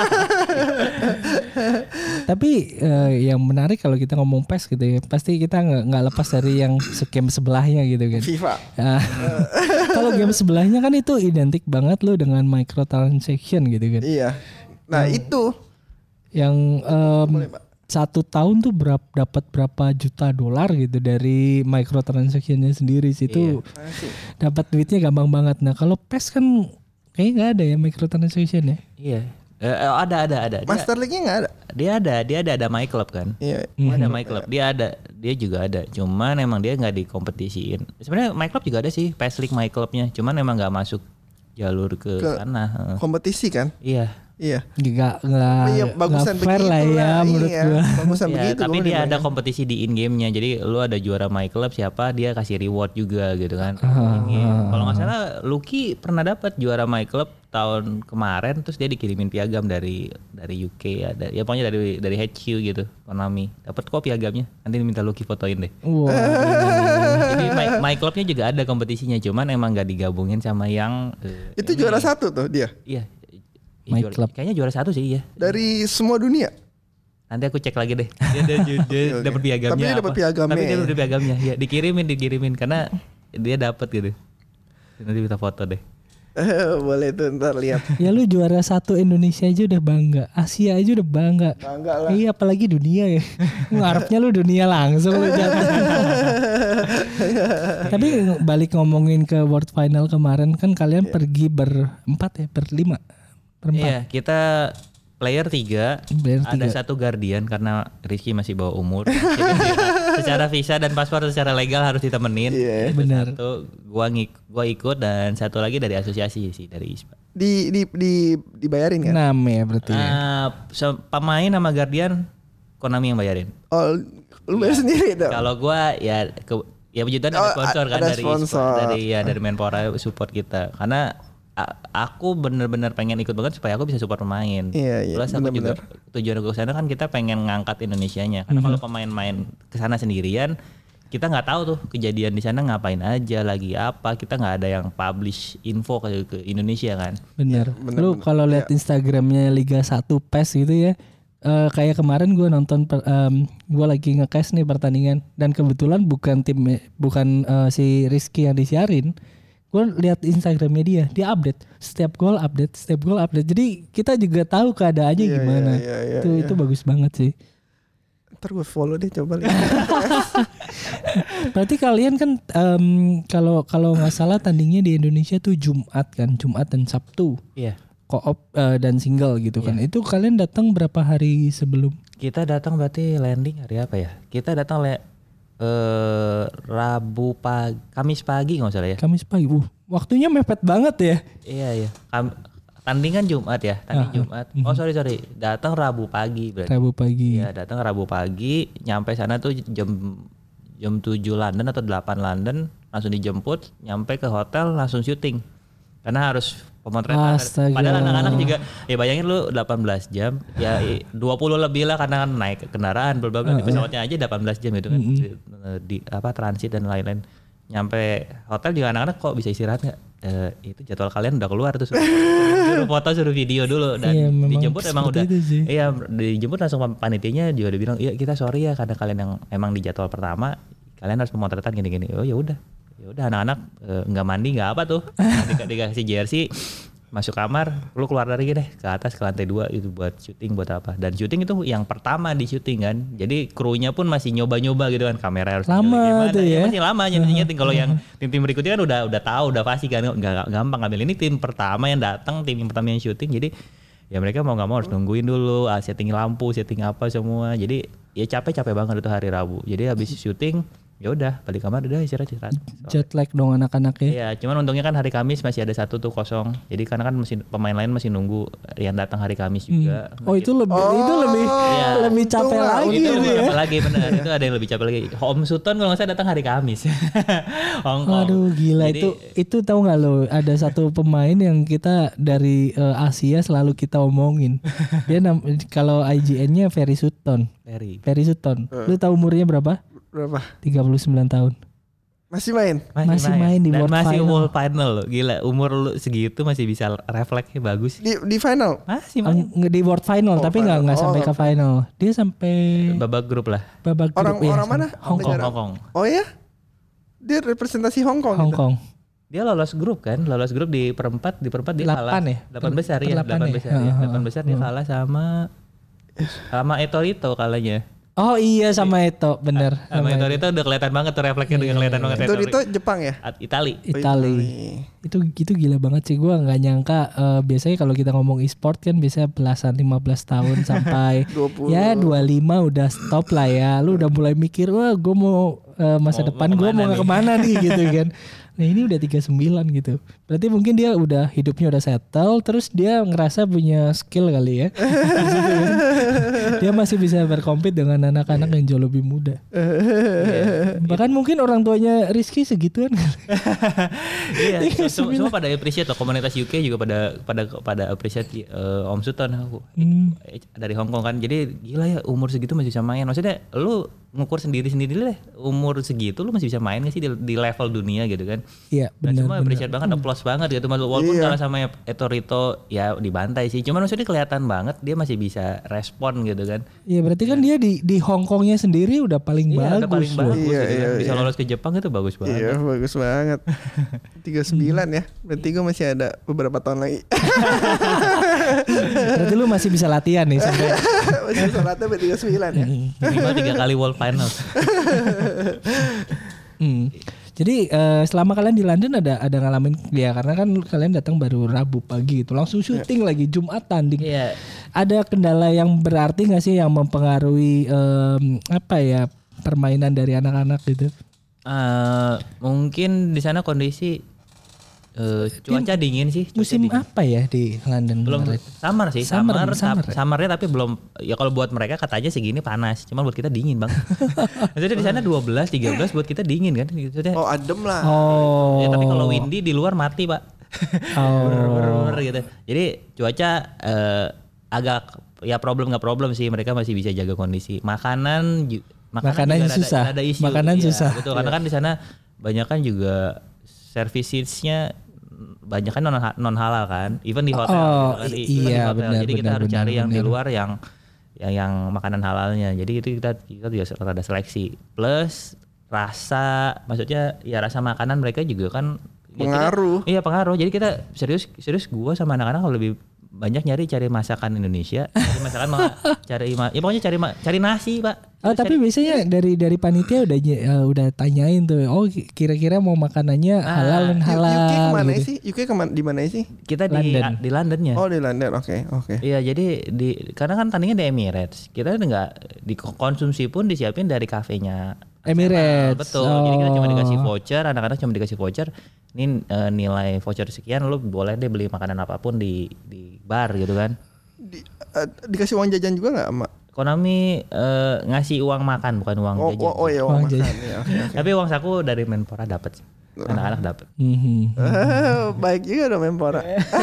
Tapi eh, yang menarik kalau kita ngomong P E S gitu ya, pasti kita nggak nggak lepas dari yang game sebelahnya gitu kan. FIFA. Ah, kalau game sebelahnya kan itu identik banget lo dengan microtransaction gitu kan. Iya. Nah itu Yang em, boleh Pak. satu tahun tuh berapa dapat berapa juta dolar gitu dari microtransactionnya sendiri sih itu Asik. dapat duitnya gampang banget. Nah kalau P E S kan kayaknya nggak ada ya microtransaction ya. Iya. Eh, eh, ada ada ada. Dia, Master League-nya nggak ada. dia ada, dia ada ada My Club kan. Iya. Ada My Club, dia ada, dia juga ada. Cuman emang dia nggak dikompetisiin. Sebenarnya My Club juga ada sih, P E S League My Clubnya. Cuman emang nggak masuk jalur ke, Ke- sana. Heeh. Kompetisi kan? Iya. Iya. Nggak nggak Iya, nggak bagusan fair begitu lah ya menurut iya. gua. Bagusan Ya, begitu. tapi gua dia ada dibayang. kompetisi di in game-nya. Jadi lu ada juara My Club siapa, dia kasih reward juga gitu kan. Ah, In-game. Kalau nggak salah Lucky pernah dapat juara My Club tahun kemarin terus dia dikirimin piagam dari dari U K ya, dari, ya pokoknya dari dari H Q gitu, Konami. Dapat kok piagamnya. Nanti minta Lucky fotoin deh. Wow. Jadi My, My Clubnya juga ada kompetisinya, cuman emang nggak digabungin sama yang uh, Itu ini. juara satu tuh dia Iya. My Juara- Club. Kayaknya juara satu sih ya. dari semua dunia. Nanti aku cek lagi deh. Dia, dia, dia, dia Oke, oke. dapat piagamnya. Tapi dia dapat apa. piagamnya Tapi dia ya? dapat piagamnya. Ya, dikirimin, dikirimin karena dia dapat gitu. Nanti minta foto deh. Boleh tuh ntar lihat. Ya lu juara satu Indonesia aja udah bangga, Asia aja udah bangga. Bangga lah. Iya apalagi dunia ya. Ngarepnya lu dunia langsung lu jatuh. Tapi balik ngomongin ke World Final kemarin kan kalian pergi berempat ya, berlima, berempat. Iya, kita player tiga, Player ada tiga. satu guardian karena Rizky masih bawa umur. Jadi secara visa dan paspor secara legal harus ditemenin. Iya. Itu Benar. Satu, gua ngik, gua ikut dan satu lagi dari asosiasi sih dari I S P A. Di di di dibayarin kan? Enam ya berarti. ya. Ah, se- pemain sama guardian Konami yang bayarin. Oh, lu bayar sendiri dong. Kalau gua ya ke, ya puji Tuhan Oh, ada sponsor kan ada dari sponsor. dari ya dari Menpora support kita. Karena a- aku bener-bener pengen ikut banget supaya aku bisa support pemain. Iya, iya, Plus aku juga bener-bener. tujuan aku kesana kan kita pengen ngangkat Indonesianya. Karena kalau pemain main kesana sendirian, kita nggak tahu tuh kejadian di sana ngapain aja, lagi apa. Kita nggak ada yang publish info ke, ke Indonesia kan. Bener. bener, Lu bener. kalau lihat Instagramnya Liga satu P E S gitu ya. eh, kayak kemarin gue nonton per, em, gue lagi nge-cast nih pertandingan dan kebetulan bukan tim bukan eh, si Rizky yang disiarin. Gue lihat Instagramnya dia, dia update setiap gol update, setiap gol update. Jadi kita juga tahu keadaannya Iya, gimana. iya, iya, itu iya. itu bagus banget sih. Ntar gue follow deh coba lihat. Berarti kalian kan em, kalau kalau nggak salah tandingnya di Indonesia tuh Jumat kan, Jumat dan Sabtu. Iya. Co-op eh, dan single gitu kan. Itu kalian datang berapa hari sebelum? Kita datang berarti landing hari apa ya? Kita datang le eh Rabu pagi, Kamis pagi nggak salah ya? Kamis pagi. Uh, waktunya mepet banget ya. Iya iya. Kam- tandingan Jumat ya, tanding Jumat. Oh sorry sorry, datang Rabu pagi berarti. Rabu pagi. Iya datang Rabu pagi, nyampe sana tuh jam jam tujuh London atau delapan London, langsung dijemput, nyampe ke hotel langsung syuting. Karena harus pemotretan. Astaga. Padahal anak-anak juga, ya bayangin lu delapan belas jam, ya i- dua puluh lebih lah karena kan naik kendaraan, bla bla bla. Di pesawatnya aja delapan belas jam itu kan, di, di apa transit dan lain-lain. Nyampe hotel juga anak-anak kok bisa istirahat nggak? Eh, itu jadwal kalian udah keluar tuh suruh, suruh foto suruh video dulu dan Iya, memang dijemput emang seperti udah itu sih. iya dijemput langsung panitianya juga udah bilang iya kita sorry ya karena kalian yang emang di jadwal pertama kalian harus pemotretan gini-gini. Oh ya udah ya udah anak-anak eh, nggak mandi nggak apa tuh Di- dikasih jersey masuk kamar lu keluar dari deh ke atas ke lantai dua itu buat syuting buat apa dan syuting itu yang pertama di syuting kan jadi krunya pun masih nyoba-nyoba gitu kan kamera harus Lama gimana. tuh ya. Masih lama nyeting kalau yang tim-tim berikutnya kan udah udah tahu udah pasti kan nggak nggak gampang ngambil ini tim pertama yang datang tim yang pertama yang syuting jadi ya mereka mau nggak mau harus nungguin dulu ah, setting lampu setting apa semua jadi ya capek-capek banget itu hari Rabu jadi habis syuting ya udah balik kamar udah istirahat istirahat Jet lag dong anak-anak ya. Iya, cuman untungnya kan hari Kamis masih ada satu tuh kosong. Jadi karena kan masih pemain lain masih nunggu yang datang hari Kamis juga. Oh itu lebih itu lebih Iya. lebih capek untung lah, lagi itu itu ya. apa lagi benar itu ada yang lebih capek lagi. Home Sutton kalau nggak salah datang hari Kamis. Hong Kong. Waduh gila Jadi, itu itu tahu nggak lo ada satu pemain yang kita dari eh, Asia selalu kita omongin. Dia nam- kalau I G N-nya Ferry Sutton. Ferry. Ferry Sutton. Lu tahu umurnya berapa? Berapa? tiga puluh sembilan tahun. Masih main? Masih main di Dan World masih Final. World Final loh. Gila, umur lu segitu masih bisa refleksnya bagus. Di di final? Masih main. Eng- di World Final Oh, tapi nggak final. nggak Oh, sampai ke nggak final. Dia sampai Babak grup lah. babak Orang- grup ya, orang mana? Hong Kong. Hong Kong, Hong Kong. Oh ya? Dia representasi Hong Kong Hong gitu? Kong. Dia lolos grup kan, lolos grup di perempat, di perempat dia Delapan kalah. ya? Delapan besar Per- ya, delapan delapan ya? besar ya. Heeh, Delapan besar dia heeh. kalah sama sama Etorito kalahnya. Oh iya sama Eto bener. Sama Etorito udah kelihatan banget tuh refleksnya udah kelihatan banget. Itu Etorito. itu Jepang ya? At- Itali. Itali. Itu itu gila banget sih, gua nggak nyangka. eh, biasanya kalau kita ngomong e-sport kan biasanya belasan lima belas tahun sampai dua puluh. ya dua puluh lima udah stop lah ya. Lu udah mulai mikir wah gue mau uh, masa Mau- depan mau gue kemana mau nggak nih? kemana nih gitu kan. Nah ini udah tiga puluh sembilan gitu. Berarti mungkin dia udah hidupnya udah settle, terus dia ngerasa punya skill kali ya. Di situ kan. Dia masih bisa berkompet dengan anak-anak yang jauh lebih muda. Bahkan mungkin orang tuanya Rizky segituan. Iya, tiga puluh semua, sembilan. semua pada appreciate loh, komunitas U K juga pada pada pada appreciate eh, Om Sultan aku Hmm. Eh, dari Hong Kong kan. Jadi gila ya umur segitu masih bisa main. Maksudnya lu ngukur sendiri-sendiri deh, umur segitu lu masih bisa main gak sih di, di level dunia gitu kan. Iya Dan benar. semua appreciate banget, applause banget gitu. Walaupun Iya. kalah sama Etorito ya dibantai sih. Cuman maksudnya kelihatan banget dia masih bisa respon gitu kan. Iya berarti kan dia di di Hong Kongnya sendiri udah paling Iya, bagus. udah paling loh. bagus Iya, gitu kan. iya, Bisa iya. lolos ke Jepang itu bagus banget. Iya bagus banget. tiga puluh sembilan ya. Berarti gue masih ada beberapa tahun lagi. Berarti lu masih bisa latihan nih sampai. Masih bisa latih sampai tiga puluh sembilan ya. Minimal tiga kali World Final. Hmm. Jadi eh, selama kalian di London ada ada ngalamin ya karena kan kalian datang baru Rabu pagi itu langsung syuting lagi Jumat tanding. Iya. Ada kendala yang berarti nggak sih yang mempengaruhi em, apa ya permainan dari anak-anak gitu? Eh, mungkin di sana kondisi eh, cuaca dingin sih. Cuaca Musim dingin. apa ya di London? Belum kemarin? summer sih, Summer, summer, summer tap- ya? summernya tapi belum ya kalau buat mereka katanya segini panas, cuma buat kita dingin bang. Maksudnya di sana dua belas, tiga belas buat kita dingin kan, gitu deh. Oh adem lah. Oh. Ya, tapi kalau windy di luar mati pak. Oh. Ber-ber-ber gitu. Jadi cuaca eh, agak ya problem nggak problem sih, mereka masih bisa jaga kondisi. Makanan, ju- Makanan juga rada- susah. rada isu. Makanan Iya, susah. Betul, karena kan di sana banyak kan juga servicesnya banyak kan non non halal kan, even di hotel. Oh, gitu kan. i- Even di iya, hotel. benar, Jadi kita benar, harus benar, cari yang di benar. luar yang yang yang makanan halalnya. Jadi itu kita kita juga rada seleksi. Plus rasa, maksudnya ya rasa makanan mereka juga kan ya kita- Pengaruh. iya pengaruh. Jadi kita serius serius gua sama anak-anak kalau lebih banyak nyari cari masakan Indonesia, cari masakan ma- cari ma- ya pokoknya cari ma- cari nasi pak. Oh tapi biasanya dari dari panitia udah ny- eh, udah tanyain tuh, oh kira-kira mau makanannya halal dan U- halal. U K kemana gitu. sih? U K kemana? Di mana sih? Kita di London. di Londonnya. Oh di London. Oke oke. Iya jadi di karena kan tandingnya di Emirates, kita nggak dikonsumsi pun disiapin dari kafenya Emirates. Betul. Jadi kita cuma Oh. dikasih voucher, anak-anak cuma dikasih voucher. Ini eh, nilai voucher sekian, lu boleh deh beli makanan apapun di di bar gitu kan. Di, eh, dikasih uang jajan juga nggak, Mak? Konami eh, ngasih uang makan bukan uang Oh, jajan. oh, oh ya Uang uang makan. jajan. Ya, oke, oke. Tapi uang saku dari Menpora dapat sih. Anak-anak dapat. Mhm. Eh, baik juga dong Menpora.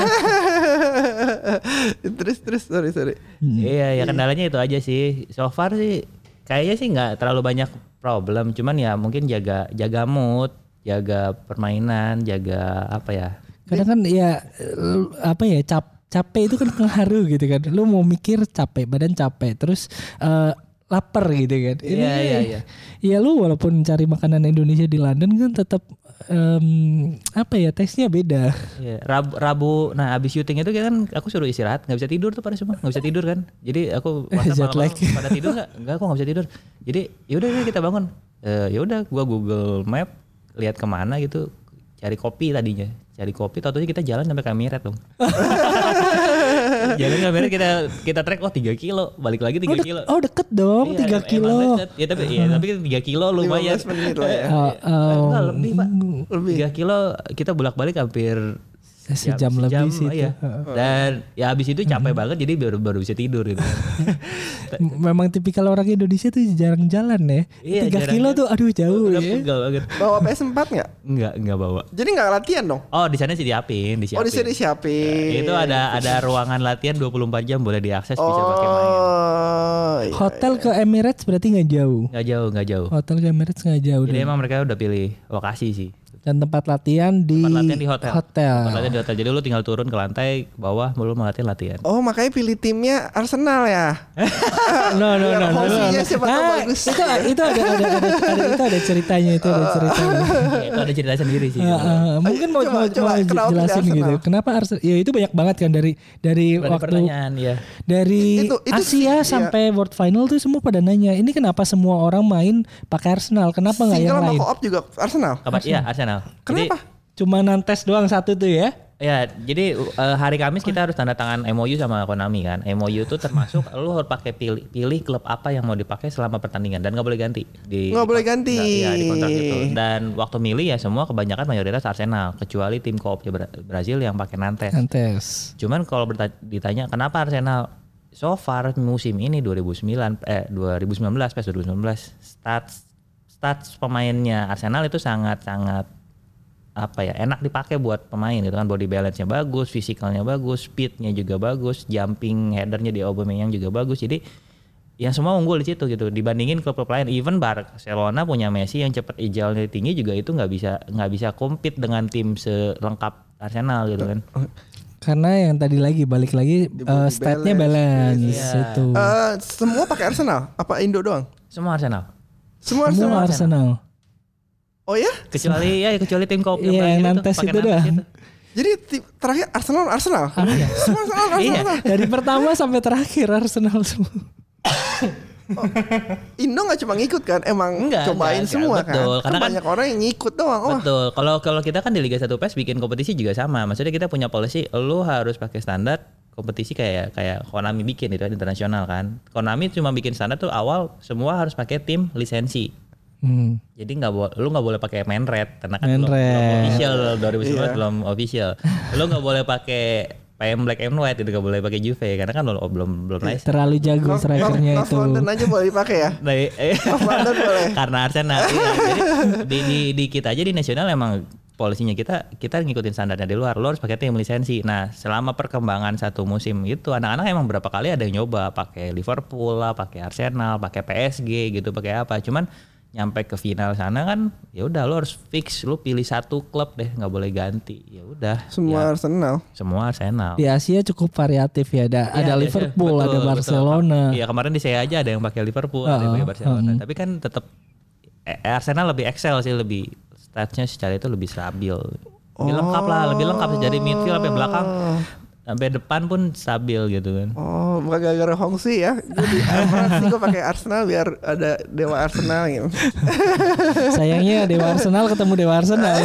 terus terus sorry sorry. Iya, ya kendalanya itu aja sih. So far sih kayaknya sih nggak terlalu banyak problem, cuman ya mungkin jaga jaga mood, jaga permainan, jaga apa ya? Kadang kan ya eh, apa ya cap capek itu kan pengaruh gitu kan. Lu mau mikir capek, badan capek, terus eh, lapar gitu kan. Ini, Iya, iya, iya. Ya lu walaupun cari makanan Indonesia di London kan tetap em, apa ya tesnya beda. Iya, Rabu, Rabu, nah abis syuting itu kan aku suruh istirahat, nggak bisa tidur tuh pada semua, nggak bisa tidur kan. Jadi aku Jet malam-malam lag. pada tidur nggak? Nggak, aku nggak bisa tidur. Jadi yaudah yaudah kita bangun. Eh yaudah, gua Google Map, lihat kemana gitu, cari kopi tadinya, cari kopi. Tahu-tahu kita jalan sampai ke Emirates dong. Jalan ke Emirates kita kita trek oh tiga kilo, balik lagi tiga Oh, dek- kilo. oh deket dong Iya, tiga em- kilo. emang deket. Ya tapi ya tapi tiga kilo lumayan. lima belas menit lah ya. Oh, oh, Enggak, lebih pak. Lebih. tiga kilo kita bolak-balik hampir Sejam lebih sih itu. iya. Dan ya habis itu capek banget jadi baru baru bisa tidur gitu. M- Memang tipikal orang Indonesia tuh jarang jalan ya. Iya, Tiga jarang kilo jalan. tuh aduh jauh Udah ya. pegal banget. Bawa P S empat nggak? Enggak, enggak bawa. Jadi nggak latihan dong? Oh, di sana sih disiapin, disiapin. Oh di sini siapin. Itu ada ada ruangan latihan dua puluh empat jam boleh diakses bisa pakai main. Oh. iya, Hotel iya. ke Emirates berarti nggak jauh. Enggak jauh, enggak jauh. Hotel ke Emirates nggak jauh. Jadi deh. emang mereka udah pilih lokasi sih. Dan tempat latihan di Tempat latihan di hotel. hotel. Tempat latihan di hotel. Jadi lu tinggal turun ke lantai ke bawah, lu mau latihan latihan. Oh makanya pilih timnya Arsenal ya? No no no no. no, no. Hosinya siapa tahu Nah, bagus. itu itu ada ada, ada, ada itu ada ceritanya itu ada ceritanya. Ya, itu ada cerita sendiri sih. Ya, eh, mungkin mau, Coba, mau, coba, mau kenapa jelasin pilih gitu. Arsenal? Kenapa Arsenal? Ya itu banyak banget kan dari dari Ada waktu pertanyaan ya. dari Itu- itu sih, Asia iya. sampai World Final tuh semua pada nanya. Ini kenapa semua orang main pakai Arsenal? Kenapa nggak Single yang sama lain? co-op juga Arsenal. Kapan? Iya, Arsenal. Jadi, Kenapa? Cuma nantes doang satu tuh ya. Ya, jadi uh, hari Kamis kita harus tanda tangan M O U sama Konami kan. M O U itu termasuk lu harus pakai pilih pilih klub apa yang mau dipakai selama pertandingan dan nggak boleh ganti. Di, Nggak boleh ganti. Iya di kontrak itu. Dan waktu milih ya semua kebanyakan mayoritas Arsenal kecuali tim koop Bra- Brazil yang pakai Nantes. Nantes. Cuman kalau berta- ditanya kenapa Arsenal so far musim ini dua ribu sembilan eh dua ribu sembilan belas PES dua ribu sembilan belas stats stats pemainnya Arsenal itu sangat-sangat apa ya enak dipakai buat pemain gitu kan, body balance-nya bagus, fisikalnya bagus, speed-nya juga bagus, jumping header-nya di Aubameyang juga bagus. Jadi yang semua unggul di situ gitu dibandingin klub-klub lain. Even Barcelona punya Messi yang cepat agile tinggi juga itu nggak bisa nggak bisa compete dengan tim selengkap Arsenal gitu kan. Karena yang tadi lagi balik lagi uh, stat-nya balance, balance iya. itu. Uh, semua pakai Arsenal? Apa Indo doang? Semua Arsenal. Semua, Semua Arsenal. Arsenal. Oh ya? Kecuali ya kecuali tim koop Iya, yang Nantes pakai itu Nantes dah. itu. Jadi tim, terakhir Arsenal Arsenal. Semua Arsenal Arsenal. Iya. Arsenal. Dari pertama sampai terakhir Arsenal semua. Indo nggak cuma ngikut kan, emang Enggak, cobain enggak, semua enggak, betul. kan. Karena kan kan- banyak orang yang ngikut doang. Oh, Betul. Kalau kalau kita kan di Liga satu PES bikin kompetisi juga sama. Maksudnya kita punya policy lu harus pakai standar kompetisi kayak kayak Konami bikin itu kan internasional kan. Konami cuma bikin standar tuh awal semua harus pakai tim lisensi. Hmm. Jadi nggak boleh, lu nggak boleh pakai main red karena kan Main belum, red. belum official dua ribu sembilan belas Iya. belum official. Lu nggak boleh pakai P M Black and White itu nggak boleh pakai Juve karena kan belum belum belum license. Terlalu jago North, North, strikernya North itu. London aja boleh dipakai ya. Nah, eh, North London boleh. karena Arsenal iya. Jadi di, di di kita aja di nasional emang polisinya kita kita ngikutin standarnya di luar. Lo harus pakai tim lisensi. Nah, selama perkembangan satu musim itu anak-anak emang berapa kali ada yang nyoba pakai Liverpool lah, pakai Arsenal, pakai P S G gitu, pakai apa. Cuman nyampe ke final sana kan ya udah lo harus fix, lo pilih satu klub deh, nggak boleh ganti. Ya udah. Semua ya, Arsenal. semua Arsenal. Di Asia cukup variatif ya. Ada, Iya, ada di- Liverpool, betul, ada betul. Barcelona. Iya kemarin di saya aja ada yang pakai Liverpool, ada yang Uh-uh, pakai Barcelona. uh-uh. Tapi kan tetap eh, Arsenal lebih excel sih, lebih statsnya secara itu lebih stabil. Lebih lengkap lah, lebih lengkap sih dari midfield sampai belakang sampai depan pun stabil gitu kan. Oh, bukan gara-gara Hongsi ya. Jadi sih gue pakai Arsenal biar ada dewa Arsenal gitu. Sayangnya Dewa Arsenal ketemu Dewa Arsenal.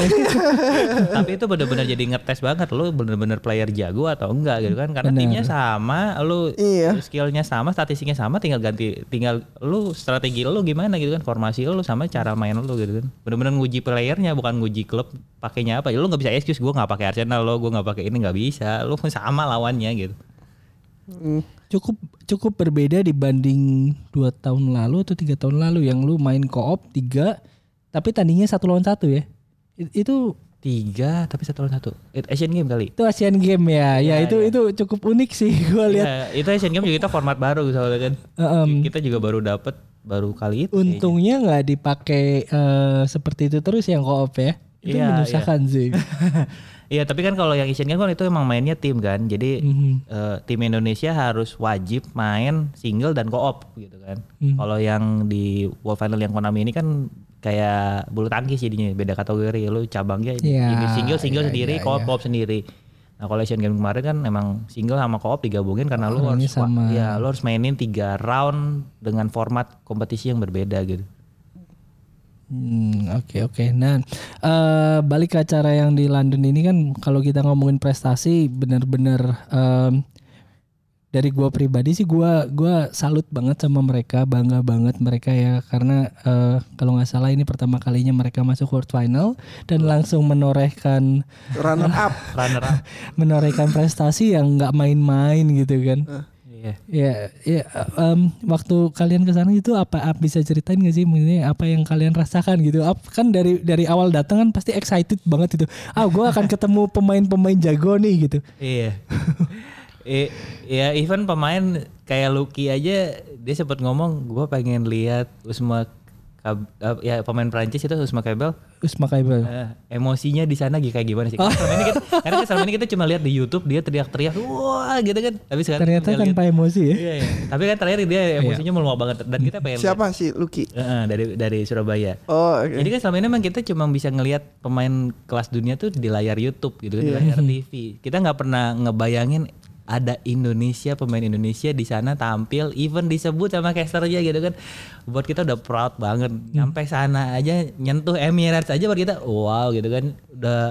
Tapi itu benar-benar jadi ngetes banget lu benar-benar player jago atau enggak gitu kan, karena Benar. timnya sama, lu Iya. skillnya sama, statistiknya sama, tinggal ganti, tinggal lu strategi lu gimana gitu kan, formasi lu sama cara main lu gitu kan. Benar-benar nguji playernya bukan nguji klub pakainya apa. Lu nggak bisa excuse gue nggak pakai Arsenal lo, gue nggak pakai ini, nggak bisa. Lu sama lawannya gitu. Hmm. Cukup cukup berbeda dibanding dua tahun lalu atau tiga tahun lalu yang lu main co-op tiga tapi tandingnya satu lawan satu ya. It- Itu Tiga tapi satu lawan satu. It Asian Game kali. itu Asian Game ya. Ya, Iya, itu iya. itu cukup unik sih gua lihat. Ya, itu Asian Game juga kita format baru soalnya kan. Um, Kita juga baru dapet baru kali itu. Untungnya nggak dipakai eh, seperti itu terus yang co-op ya. Itu Iya, menyusahkan sih. Iya tapi kan kalau yang Asian Games kan itu emang mainnya tim kan, jadi Mhm. eh, tim Indonesia harus wajib main single dan co-op gitu kan. Hmm. Kalau yang di World Final yang Konami ini kan kayak bulu tangkis jadinya, beda kategori, lu cabangnya Iya, ini single single iya, sendiri, iya, co-op iya. co-op sendiri. Nah kalau Asian Games kemarin kan emang single sama co-op digabungin karena lu Orangnya harus wa- sama. ya lu harus mainin tiga round dengan format kompetisi yang berbeda gitu. Hmm, oke oke. Nah, eh, balik ke acara yang di London ini kan kalau kita ngomongin prestasi benar-benar em, dari gua pribadi sih gua gua salut banget sama mereka, bangga banget mereka ya karena eh, kalau nggak salah ini pertama kalinya mereka masuk quarter final dan langsung menorehkan Runner up. Runner up. menorehkan prestasi yang nggak main-main gitu kan. Iya. Ya, ya em, waktu kalian ke sana itu apa, apa bisa ceritain nggak sih maksudnya apa yang kalian rasakan gitu? Ap, kan dari dari awal datang kan pasti excited banget itu. Ah, gue akan ketemu pemain-pemain jago nih gitu. Iya. I, ya even pemain kayak Lucky aja dia sempat ngomong gue pengen lihat Usma Kab, uh, ya pemain Prancis itu Usma Kabel Usma Kaibel. uh, emosinya di sana kayak gimana sih? Karena selama ini kita, karena kan selama ini kita cuma lihat di YouTube dia teriak-teriak wah gitu kan. Tapi sekarang Ternyata kita lihat- tanpa emosi ya. Iya, iya. Tapi kan terakhir dia emosinya meluap banget dan kita pengen Siapa sih Lucky? lihat. Uh, uh, dari dari Surabaya. Oh, oke. Jadi kan selama ini memang kita cuma bisa ngelihat pemain kelas dunia tuh di layar YouTube gitu kan, di layar T V. Kita nggak pernah ngebayangin ada Indonesia, pemain Indonesia di sana tampil, even disebut sama casternya gitu kan. Buat kita udah proud banget. Nyampe sana aja nyentuh Emirates aja buat kita wow gitu kan. Udah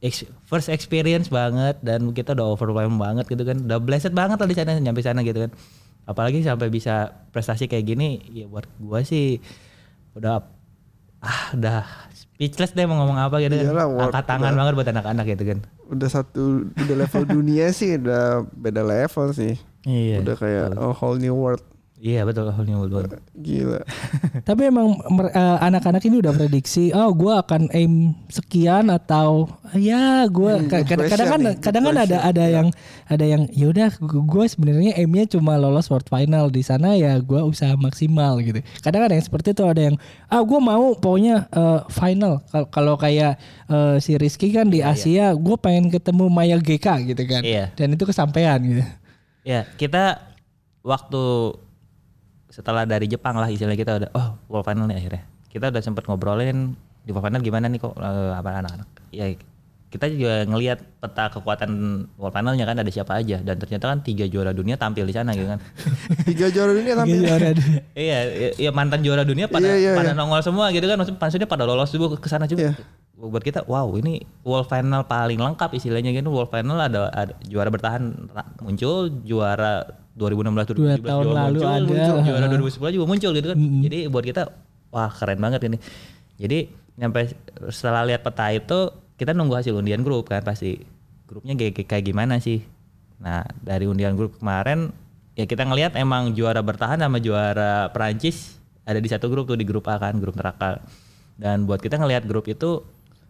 ex- first experience banget dan kita udah overwhelmed banget gitu kan. Udah blessed banget lah di sana nyampe sana gitu kan. Apalagi sampai bisa prestasi kayak gini, ya buat gua sih udah ah udah speechless deh mau ngomong apa gitu kan. Iyalah, world, angkat tangan udah. banget buat anak-anak gitu kan. Udah satu udah level dunia sih, udah beda level sih. Iya. Udah kayak a whole new world. Iya betul, whole new world. Gila. Tapi emang mer- eh, anak-anak ini udah prediksi, oh gue akan aim sekian atau ya gue Hmm, good kadang kadang kan question nih, good kadang kan ada question. ada yang ada yang yaudah gue sebenarnya aimnya cuma lolos world final di sana ya gue usaha maksimal gitu. Kadang ada yang seperti itu, ada yang ah gue mau pokoknya eh, final. Kal- Kalau kayak eh, si Rizky kan di Asia, gue pengen ketemu Maya G K gitu kan, Iya. dan itu kesampaian gitu. Ya kita waktu setelah dari Jepang lah istilahnya kita udah oh world final nih akhirnya. Kita udah sempet ngobrolin di world final gimana nih kok eh, apa anak-anak. Ya kita juga ngelihat peta kekuatan world finalnya kan ada siapa aja dan ternyata kan tiga juara dunia tampil di sana gitu kan. Tiga juara dunia tampil. Gitu, ada- Iya, ya mantan juara dunia pada Iya, iya, pada iya. nongol semua gitu kan. Maksudnya, maksudnya pada lolos juga ke sana juga. Iya. Buat kita, wow ini world final paling lengkap istilahnya gitu. World final ada, ada juara bertahan muncul, juara dua ribu enam belas dua ribu tujuh belas Dua tahun juga lalu muncul, ada. muncul, juara dua ribu sepuluh juga muncul gitu kan. Jadi buat kita, wah keren banget ini. Jadi nyampe setelah lihat peta itu, kita nunggu hasil undian grup kan pasti. Grupnya kayak, kayak gimana sih? Nah dari undian grup kemarin, ya kita ngelihat emang juara bertahan sama juara Perancis ada di satu grup tuh, di grup A kan, grup neraka. Dan buat kita ngelihat grup itu,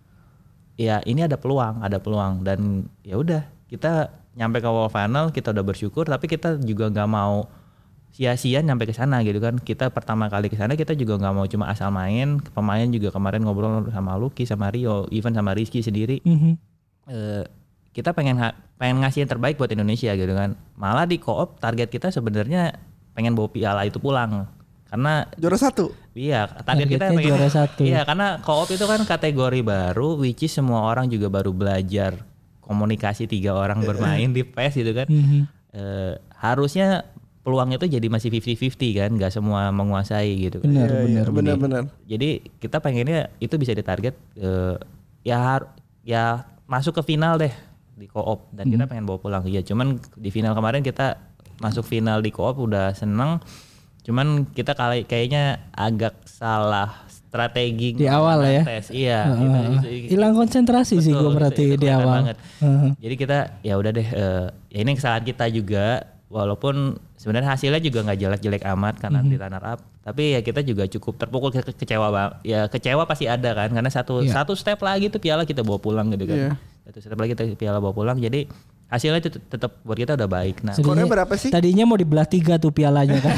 ya ini ada peluang, ada peluang dan ya udah kita nyampe ke world final, kita udah bersyukur, tapi kita juga nggak mau sia-sia nyampe ke sana gitu kan. Kita pertama kali ke sana kita juga nggak mau cuma asal main. Pemain juga kemarin ngobrol sama Lucky, sama Rio, even sama Rizky sendiri. Mhm. Eh, kita pengen ha- pengen ngasih yang terbaik buat Indonesia gitu kan. Malah di co-op target kita sebenarnya pengen bawa piala itu pulang. Karena Juara satu. iya, target kita Targetnya pengen juara satu. Iya, karena co-op itu kan kategori baru which is semua orang juga baru belajar komunikasi tiga orang bermain di P E S gitu kan. Mhm. Eh, harusnya peluang itu jadi masih fifty fifty kan, nggak semua menguasai gitu kan. Benar, Iya, iya, benar, benar-benar. Jadi kita pengennya itu bisa ditarget eh, ya har- ya masuk ke final deh di co-op dan kita pengen bawa pulang. Ya cuman di final kemarin kita masuk final di co-op udah seneng. Cuman kita kali kayaknya agak salah strategi Di awal ya? tes. Iya, Heeh. kita- itu- Hilang konsentrasi sih Betul, gue berarti itu di kelihatan awal. banget. Heeh. Jadi kita ya udah deh eh, ya ini kesalahan kita juga walaupun sebenarnya hasilnya juga nggak jelek-jelek amat karena Mhm. di runner up, tapi ya kita juga cukup terpukul ke- ke- kecewa bang. Ya kecewa pasti ada kan karena satu Iya. satu step lagi tuh piala kita bawa pulang gitu kan. Iya. Satu step lagi kita piala bawa pulang jadi hasilnya itu tetap buat kita udah baik. Nah, Tadinya- Skornya berapa sih? Tadinya mau dibelah tiga tuh pialanya kan.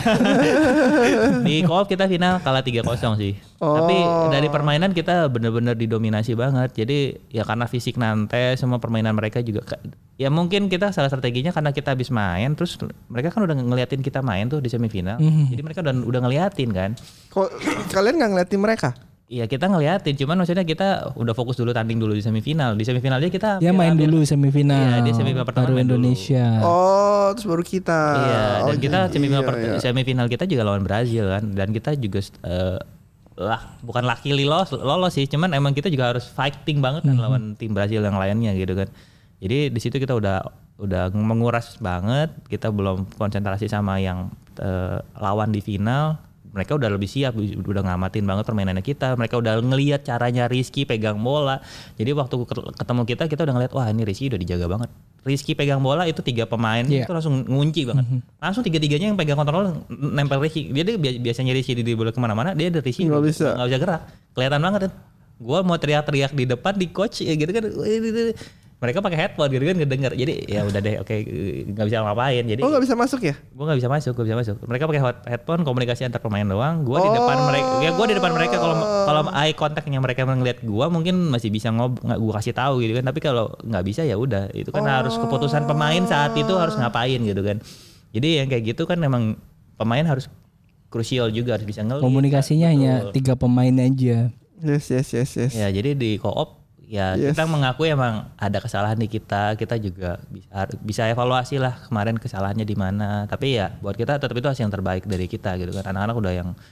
di co-op kita final kalah tiga kosong sih. Oh. Tapi dari permainan kita bener-bener didominasi banget. Jadi ya karena fisik nanti semua permainan mereka juga ka- ya mungkin kita salah strateginya karena kita habis main terus mereka kan udah ngeliatin kita main tuh di semifinal. Mhm. Jadi mereka udah udah ngeliatin kan. Kok kalian nggak ngeliatin mereka? Iya kita ngeliatin cuman maksudnya kita udah fokus dulu tanding dulu di semifinal. Di semifinal aja kita Dia main hampir- dulu semifinal. Iya, dia semifinal pertama baru main dulu. Indonesia. Oh, terus baru kita. Iya, Oh, dan kita iya, semifinal, iya, per- iya. semifinal kita juga lawan Brazil kan, dan kita juga eh, lah bukan luckily lolos, lolos sih, cuman emang kita juga harus fighting banget kan lawan tim Brazil yang lainnya gitu kan. Jadi di situ kita udah udah menguras banget, kita belum konsentrasi sama yang eh, lawan di final. Mereka udah lebih siap, udah ngamatin banget permainannya kita. Mereka udah ngelihat caranya Rizky pegang bola. Jadi waktu ketemu kita, kita udah ngeliat, wah ini Rizky udah dijaga banget. Rizky pegang bola itu tiga pemain Iya. itu langsung ngunci banget. Langsung tiga-tiganya yang pegang kontrol nempel Rizky. Dia, dia bi- biasanya Rizky di bola kemana-mana, dia ada Rizky Nggak bisa. nggak bisa gerak. Kelihatan banget kan. Gua mau teriak-teriak di depan di coach ya gitu kan. Mereka pakai headphone gitu kan ngedenger. Jadi ya udah deh, oke nggak bisa ngapain. Jadi Oh, nggak bisa masuk ya? gue nggak bisa masuk, gue bisa masuk. Mereka pakai head- headphone, komunikasi antar pemain doang. Gue di depan mereka, ya gue di depan mereka. Kalau kalau eye contactnya mereka ngeliat gue, mungkin masih bisa ngob, nggak gue kasih tahu gitu kan. Tapi kalau nggak bisa ya udah, itu kan harus keputusan pemain saat itu harus ngapain gitu kan. Jadi yang kayak gitu kan memang pemain harus krusial juga, harus bisa ngeliat. Komunikasinya hanya Betul. tiga pemain aja. Yes, yes, yes, yes. Ya jadi di co-op ya Yes. kita mengakui emang ada kesalahan di kita, kita juga bisa bisa evaluasi lah kemarin kesalahannya di mana. Tapi ya buat kita tetap itu hasil yang terbaik dari kita gitu kan. Anak-anak udah yang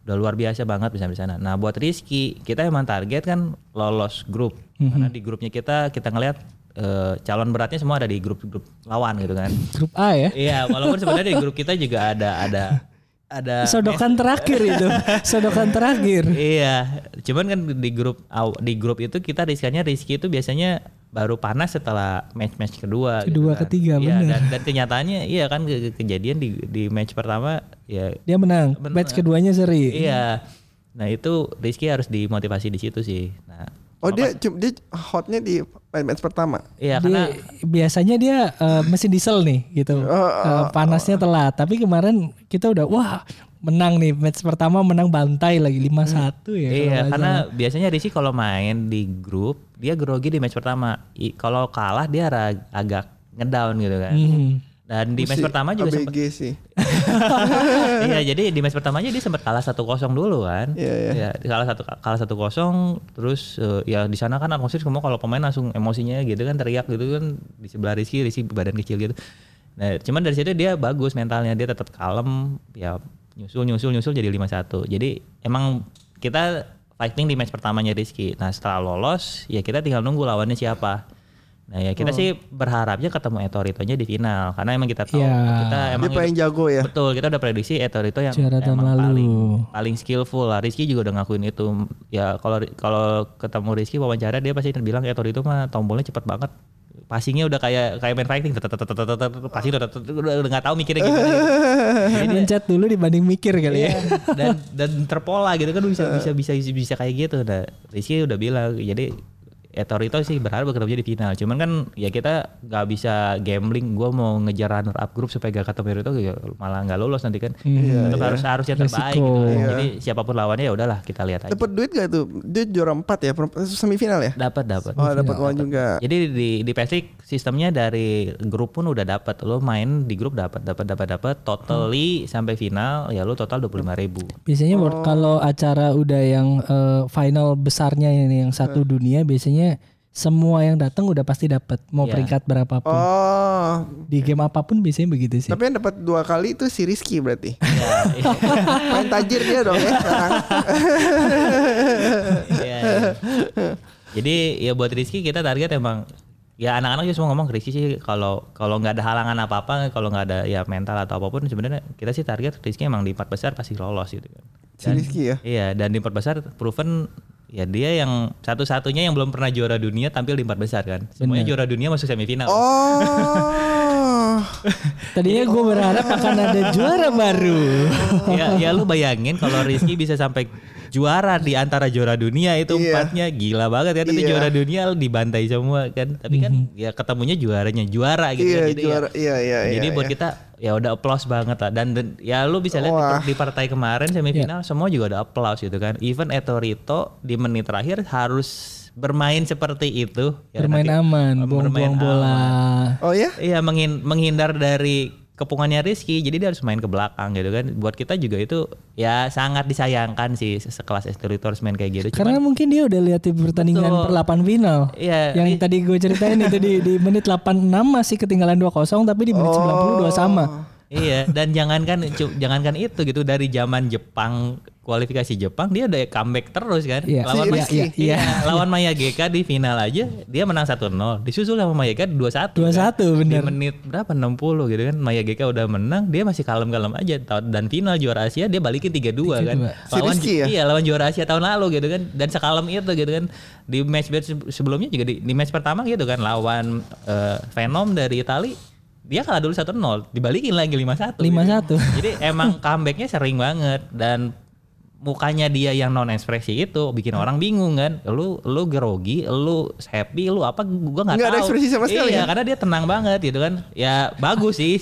udah luar biasa banget bisa di sana. Nah buat Rizky kita emang target kan lolos grup, Mm-hmm. karena di grupnya kita kita ngelihat uh, calon beratnya semua ada di grup-grup lawan gitu kan. Grup A ya. Iya walaupun sebenarnya di grup kita juga ada ada ada Sodokan terakhir itu. Sodokan terakhir. Iya, cuman kan di grup di grup itu kita riskannya Rizky itu biasanya baru panas setelah match-match kedua. Kedua, gitu kan. ketiga, iya, bener. Dan, dan kenyataannya iya kan ke- kejadian di di match pertama ya. Dia menang. Bener. Match keduanya seri. Iya, nah itu Rizky harus dimotivasi di situ sih. Nah, Oh kalau dia cum- dia hotnya di match pertama. pas- iya Dia, karena biasanya dia uh, mesin diesel nih gitu. Oh, oh, Uh, panasnya telat. Tapi kemarin kita udah wah menang nih match pertama menang bantai lagi lima satu ya. kalau iya nggak karena salah. biasanya Rizky kalau main di grup dia grogi di match pertama. I- Kalau kalah dia ra- agak ngedown gitu kan. Hmm. Dan di match Mesti pertama juga A B sempat G sih. iya jadi di match pertamanya dia sempat kalah satu kosong dulu kan. Iya, iya. Ya, kalah satu kalah satu kosong terus uh, ya di sana kan atmosfer semua kalau pemain langsung emosinya gitu kan teriak gitu kan di sebelah Rizky, Rizky badan kecil gitu. Nah, cuman dari situ dia bagus mentalnya, dia tetap kalem ya nyusul nyusul nyusul jadi lima satu. Jadi emang kita fighting di match pertamanya Rizky. Nah, setelah lolos ya kita tinggal nunggu lawannya siapa. Nah ya kita oh. sih berharapnya ketemu Etoritonya di final karena emang kita tahu Ya. kita emang Dia paling itu, jago ya. betul kita udah prediksi Etorito yang Juara tahun emang lalu. paling paling skillful lah. Rizky juga udah ngakuin itu ya kalau kalau ketemu Rizky wawancara dia pasti bilang Etorito mah tombolnya cepet banget, passingnya udah kayak kayak main fighting, passing udah udah nggak tahu mikirnya gimana. Jadi mencet dulu dibanding mikir kali ya. dan dan terpola gitu kan bisa bisa bisa bisa kayak gitu. Nah Rizky udah bilang jadi Etorito sih berharap ketemunya di final. Cuman kan ya kita nggak bisa gambling. Gue mau ngejar runner up grup supaya gak ketemu Etorito ya malah nggak lolos nanti kan. Hmm. Tetap iya. harus harus yang terbaik Resiko. gitu. Iya. Jadi siapapun lawannya ya udahlah kita lihat aja. Dapat duit gak tuh? Dia juara empat ya, semifinal ya? Dapat dapat. Oh dapat uang juga. Jadi di di P S League sistemnya dari grup pun udah dapat. Lo main di grup dapat dapat dapat dapat totally hmm. sampai final ya lo total dua puluh lima ribu. Biasanya Oh. kalau acara udah yang uh, final besarnya ini yang satu dunia biasanya semua yang datang udah pasti dapat mau Iya. peringkat berapapun. Oh, Di game apapun biasanya begitu sih. tapi yang dapat dua kali itu si Rizky berarti. Ya, iya. Main tajir dia dong ya sekarang. Iya, iya. Jadi ya buat Rizky kita target emang ya anak-anak juga semua ngomong Rizky sih kalau kalau nggak ada halangan apa-apa, kalau nggak ada ya mental atau apapun sebenarnya kita sih target Rizky emang di empat besar pasti lolos gitu kan. Si Rizky ya? Iya dan di empat besar proven ya dia yang satu-satunya yang belum pernah juara dunia tampil di empat besar kan. Semuanya Bener. juara dunia masuk semifinal. Oh. Tadinya gue berharap akan ada juara baru. ya, ya lu bayangin kalau Rizky bisa sampai juara di antara juara dunia itu Iya. empatnya gila banget kan. Itu Iya. juara dunia dibantai semua kan. Tapi kan ya ketemunya juaranya juara gitu Iya kan. Jadi juara, ya, iya iya. jadi iya, buat iya. kita ya udah applause banget lah dan, dan ya lu bisa lihat Wah. di, di partai kemarin semifinal semua juga ada applause gitu kan. Even Etorito di menit terakhir harus bermain seperti itu. Ya, Bermain nanti- aman, bermain buang-buang bola. aman. Oh ya? Iya menghin- menghindar dari kepungannya Rizky, jadi dia harus main ke belakang gitu kan. Buat kita juga itu ya sangat disayangkan sih sekelas Etorito harus main kayak gitu. Karena Cuman, mungkin dia udah lihat di pertandingan Betul. perlapan final. Iya, Yang Ri- tadi gue ceritain itu di di menit delapan puluh enam masih ketinggalan dua kosong tapi di menit sembilan puluh dua sama. iya dan jangankan cu- jangankan itu gitu dari zaman Jepang kualifikasi Jepang dia udah comeback terus kan. Iya. Lawan Si Ma- Rizky. Iya, iya. iya, lawan Maya G K di final aja dia menang satu nol. Disusul sama Maya G K dua satu. dua satu Di bener. menit berapa enam puluh gitu kan Maya G K udah menang, dia masih kalem-kalem aja dan final juara Asia dia balikin tiga dua kan. tiga dua. Si Lawan Rizky ya? iya lawan juara Asia tahun lalu gitu kan dan sekalem itu gitu kan. Di match match sebelumnya juga di, di match pertama gitu kan lawan eh, Venom dari Itali dia kalah dulu satu nol, dibalikin lagi lima satu. lima satu. Jadi emang comebacknya sering banget dan mukanya dia yang non ekspresi itu bikin orang bingung kan. Lu lu grogi, lu happy, lu apa gua nggak tahu. Nggak ada ekspresi sama sekali Iya, ya? karena dia tenang banget gitu kan. Ya bagus sih.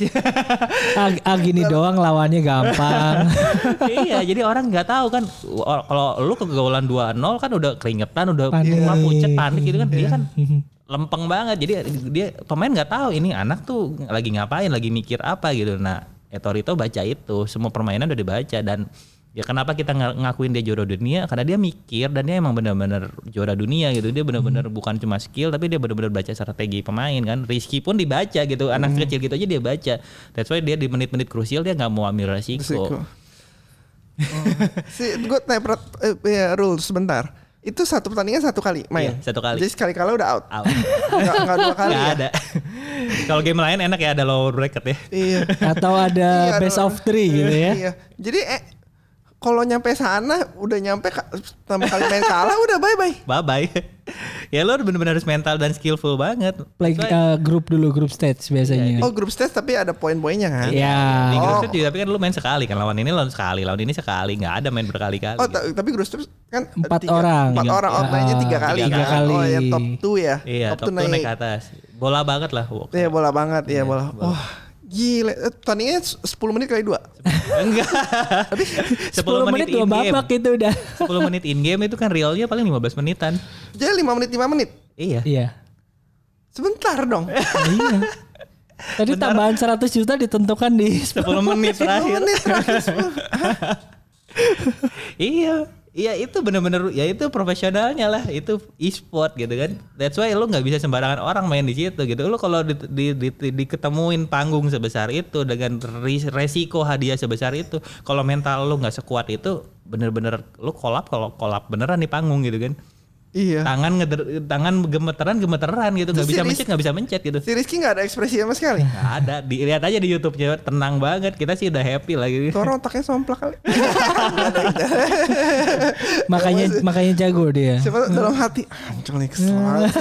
Ah, ah gini doang lawannya gampang. Iya, jadi orang nggak tahu kan o- kalau lu kegaulan dua nol kan udah keringetan, udah Panik. muka pucet, panik gitu kan. Dia kan lempeng banget. Jadi dia pemain nggak tahu ini anak tuh lagi ngapain, lagi mikir apa gitu. Nah, Etorito baca itu, semua permainan udah dibaca dan ya kenapa kita ng- ngakuin dia juara dunia karena dia mikir dan dia emang benar-benar juara dunia gitu. Dia benar-benar bukan cuma skill tapi dia benar-benar baca strategi pemain kan. Rizky pun dibaca gitu. Anak kecil gitu aja dia baca. That's why dia di menit-menit krusial dia nggak mau ambil resiko. Resiko. Si gue tanya perat- eh, ya, rules sebentar. Itu satu pertandingan satu kali main. Iya, satu kali. Jadi sekali kalah udah out. Out. Nggak, nggak dua kali. Nggak Ya? ada. Kalau game lain enak ya ada lower bracket ya. Iya. Atau ada Iya, best ada- of three gitu ya. Iya. Jadi eh kalau nyampe sana udah nyampe ka- pertama kali main kalah udah bye bye. Bye bye. Ya lo bener-bener harus mental dan skillful banget. Play That's why- uh, grup dulu, grup stage biasanya. Oh grup stage tapi ada poin-poinnya kan? Iya. Di grup Oh. stage juga tapi kan lu main sekali kan lawan ini lawan sekali, lawan ini sekali, nggak ada main berkali-kali. Oh gitu. ta- tapi grup stage kan Empat tiga- orang. Empat Tiga- orang Ah, outline-nya tiga kali. tiga kan? kali. Oh ya top dua ya. Iya, top, two two naik ke atas. Bola banget lah. Wow. Iya bola banget, iya bola. bola. Wah gila, Eh, tandingnya sepuluh menit kali dua. Enggak. sepuluh menit dua in game. babak itu udah. sepuluh menit in game itu kan realnya paling lima belas menitan. Jadi lima menit lima menit. Iya. Iya. Sebentar dong. Iya. Tadi tambahan seratus juta ditentukan di sepuluh menit terakhir. menit terakhir sepuluh. Iya. Iya itu bener-bener ya itu profesionalnya lah, itu e-sport gitu kan. That's why lu nggak bisa sembarangan orang main di situ gitu. Lu kalau di, di, di, di, diketemuin panggung sebesar itu dengan ris- resiko hadiah sebesar itu, kalau mental lu nggak sekuat itu bener-bener lu kolap kalau kolap beneran di panggung gitu kan. Iya. Tangan ngeder, tangan gemeteran gemeteran gitu, nggak Terus bisa si mencet Riz- nggak bisa mencet gitu. Si Rizky nggak ada ekspresi sama sekali. Nggak ada, dilihat aja di YouTube-nya tenang banget. Kita sih udah happy lagi. Tuh orang otaknya somplak kali. makanya makanya jago dia. Siapa tahu dalam hati ancol nih kesel.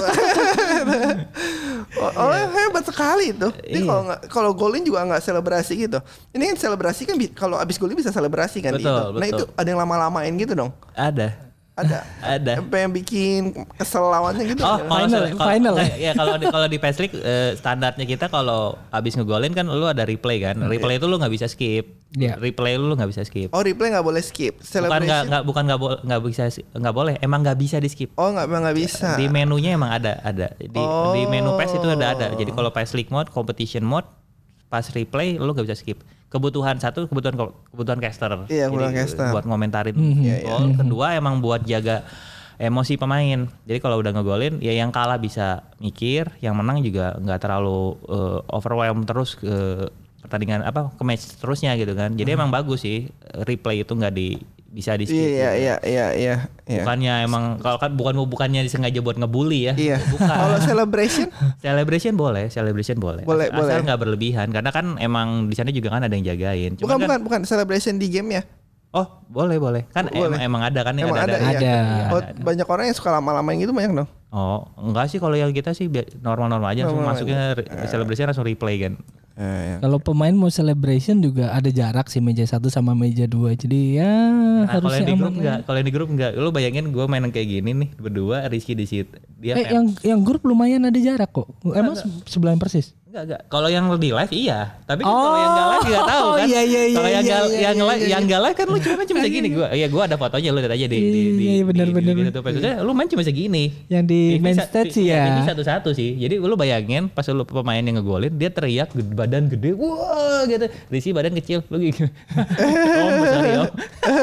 oh, oh hebat sekali itu. Dia Iya. kalau nggak kalau golin juga nggak selebrasi gitu. Ini kan selebrasi kan bi- kalau abis golin bisa selebrasi kan Betul, gitu. Nah betul. itu ada yang lama-lamain gitu dong. Ada. Ada. Ada. Sampai yang bikin kesel lawannya gitu. Oh, ya. kalau Final, kalau- final. nggak, ya kalau di kalau di P E S League eh, standarnya kita kalau habis ngegolin kan lu ada replay kan. Replay itu lu nggak bisa skip. Iya. Replay lu nggak bisa skip. Oh replay nggak boleh skip. Bukan Celebration. nggak nggak bukan nggak bo- nggak bisa nggak boleh. Emang nggak bisa di skip. Oh nggak nggak bisa. Di menunya emang ada ada di Oh. di menu P E S itu ada ada. Jadi kalau P E S League mode, competition mode, pas replay lu nggak bisa skip. Kebutuhan satu kebutuhan kebutuhan caster. Iya, kebutuhan Jadi, caster. buat ngomentarin Iya, gol. Kedua emang buat jaga emosi pemain. Jadi kalau udah ngegolin ya yang kalah bisa mikir, yang menang juga nggak terlalu uh, overwhelm terus ke pertandingan apa ke match terusnya gitu kan. Jadi emang bagus sih replay itu nggak di bisa di skip. Iya gitu. iya iya iya iya. iya. Bukannya emang kalau kan bukan bukannya disengaja buat ngebully ya. Iya. Bukan. Kalau celebration Celebration boleh, celebration boleh. Boleh, Asal boleh. nggak berlebihan karena kan emang di sana juga kan ada yang jagain. bukan Cuman kan, bukan bukan celebration di game ya. Oh, boleh boleh. Kan Boleh. em- emang ada kan Emang ada, ada. iya. Ada. Oh, banyak orang yang suka lama-lamain gitu banyak dong. Oh, enggak sih kalau yang kita sih bi- normal-normal aja langsung Normal masuknya re- celebration langsung replay kan. Eh, Kalau pemain mau celebration juga ada jarak sih meja satu sama meja dua. Jadi ya Nah, kalau harusnya yang di grup aman. enggak, kalau yang di grup enggak. Lu bayangin gue main kayak gini nih berdua, Rizky di situ. Dia Eh kayak- yang yang grup lumayan ada jarak kok. Emang se- sebelahan persis. enggak enggak. Kalau yang di live iya, tapi kan Oh. kalau yang enggak live enggak tahu Oh, kan. iya, iya, iya, Kalau yang iya, enggak iya, yang iya, live iya. yang enggak live kan lu cuma cuma segini gua. Iya, gua ada fotonya lu lihat aja di di Iya, di. iya, benar, di- benar, di- di- benar. Maksudnya lu main cuma segini. Yang di T V main sa- stage T V sih ya. T V satu-satu sih. Jadi lu bayangin pas lu pemain yang ngegolin dia teriak gede- badan gede, wah gitu. Rizky badan kecil, lu gitu. Om besar ya. Om.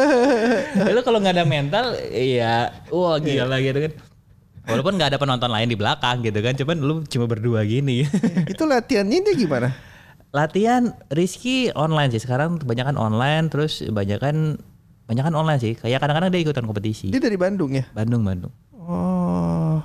Lu kalau nggak ada mental, iya, wah gila gitu kan. Walaupun nggak ada penonton lain di belakang gitu kan, cuman lu cuma berdua gini. itu latihannya dia gimana? Latihan Rizky online sih sekarang, kebanyakan online, terus kebanyakan kebanyakan online sih. Kayak kadang-kadang dia ikutan kompetisi. Dia dari Bandung ya? Bandung, Bandung. Oh.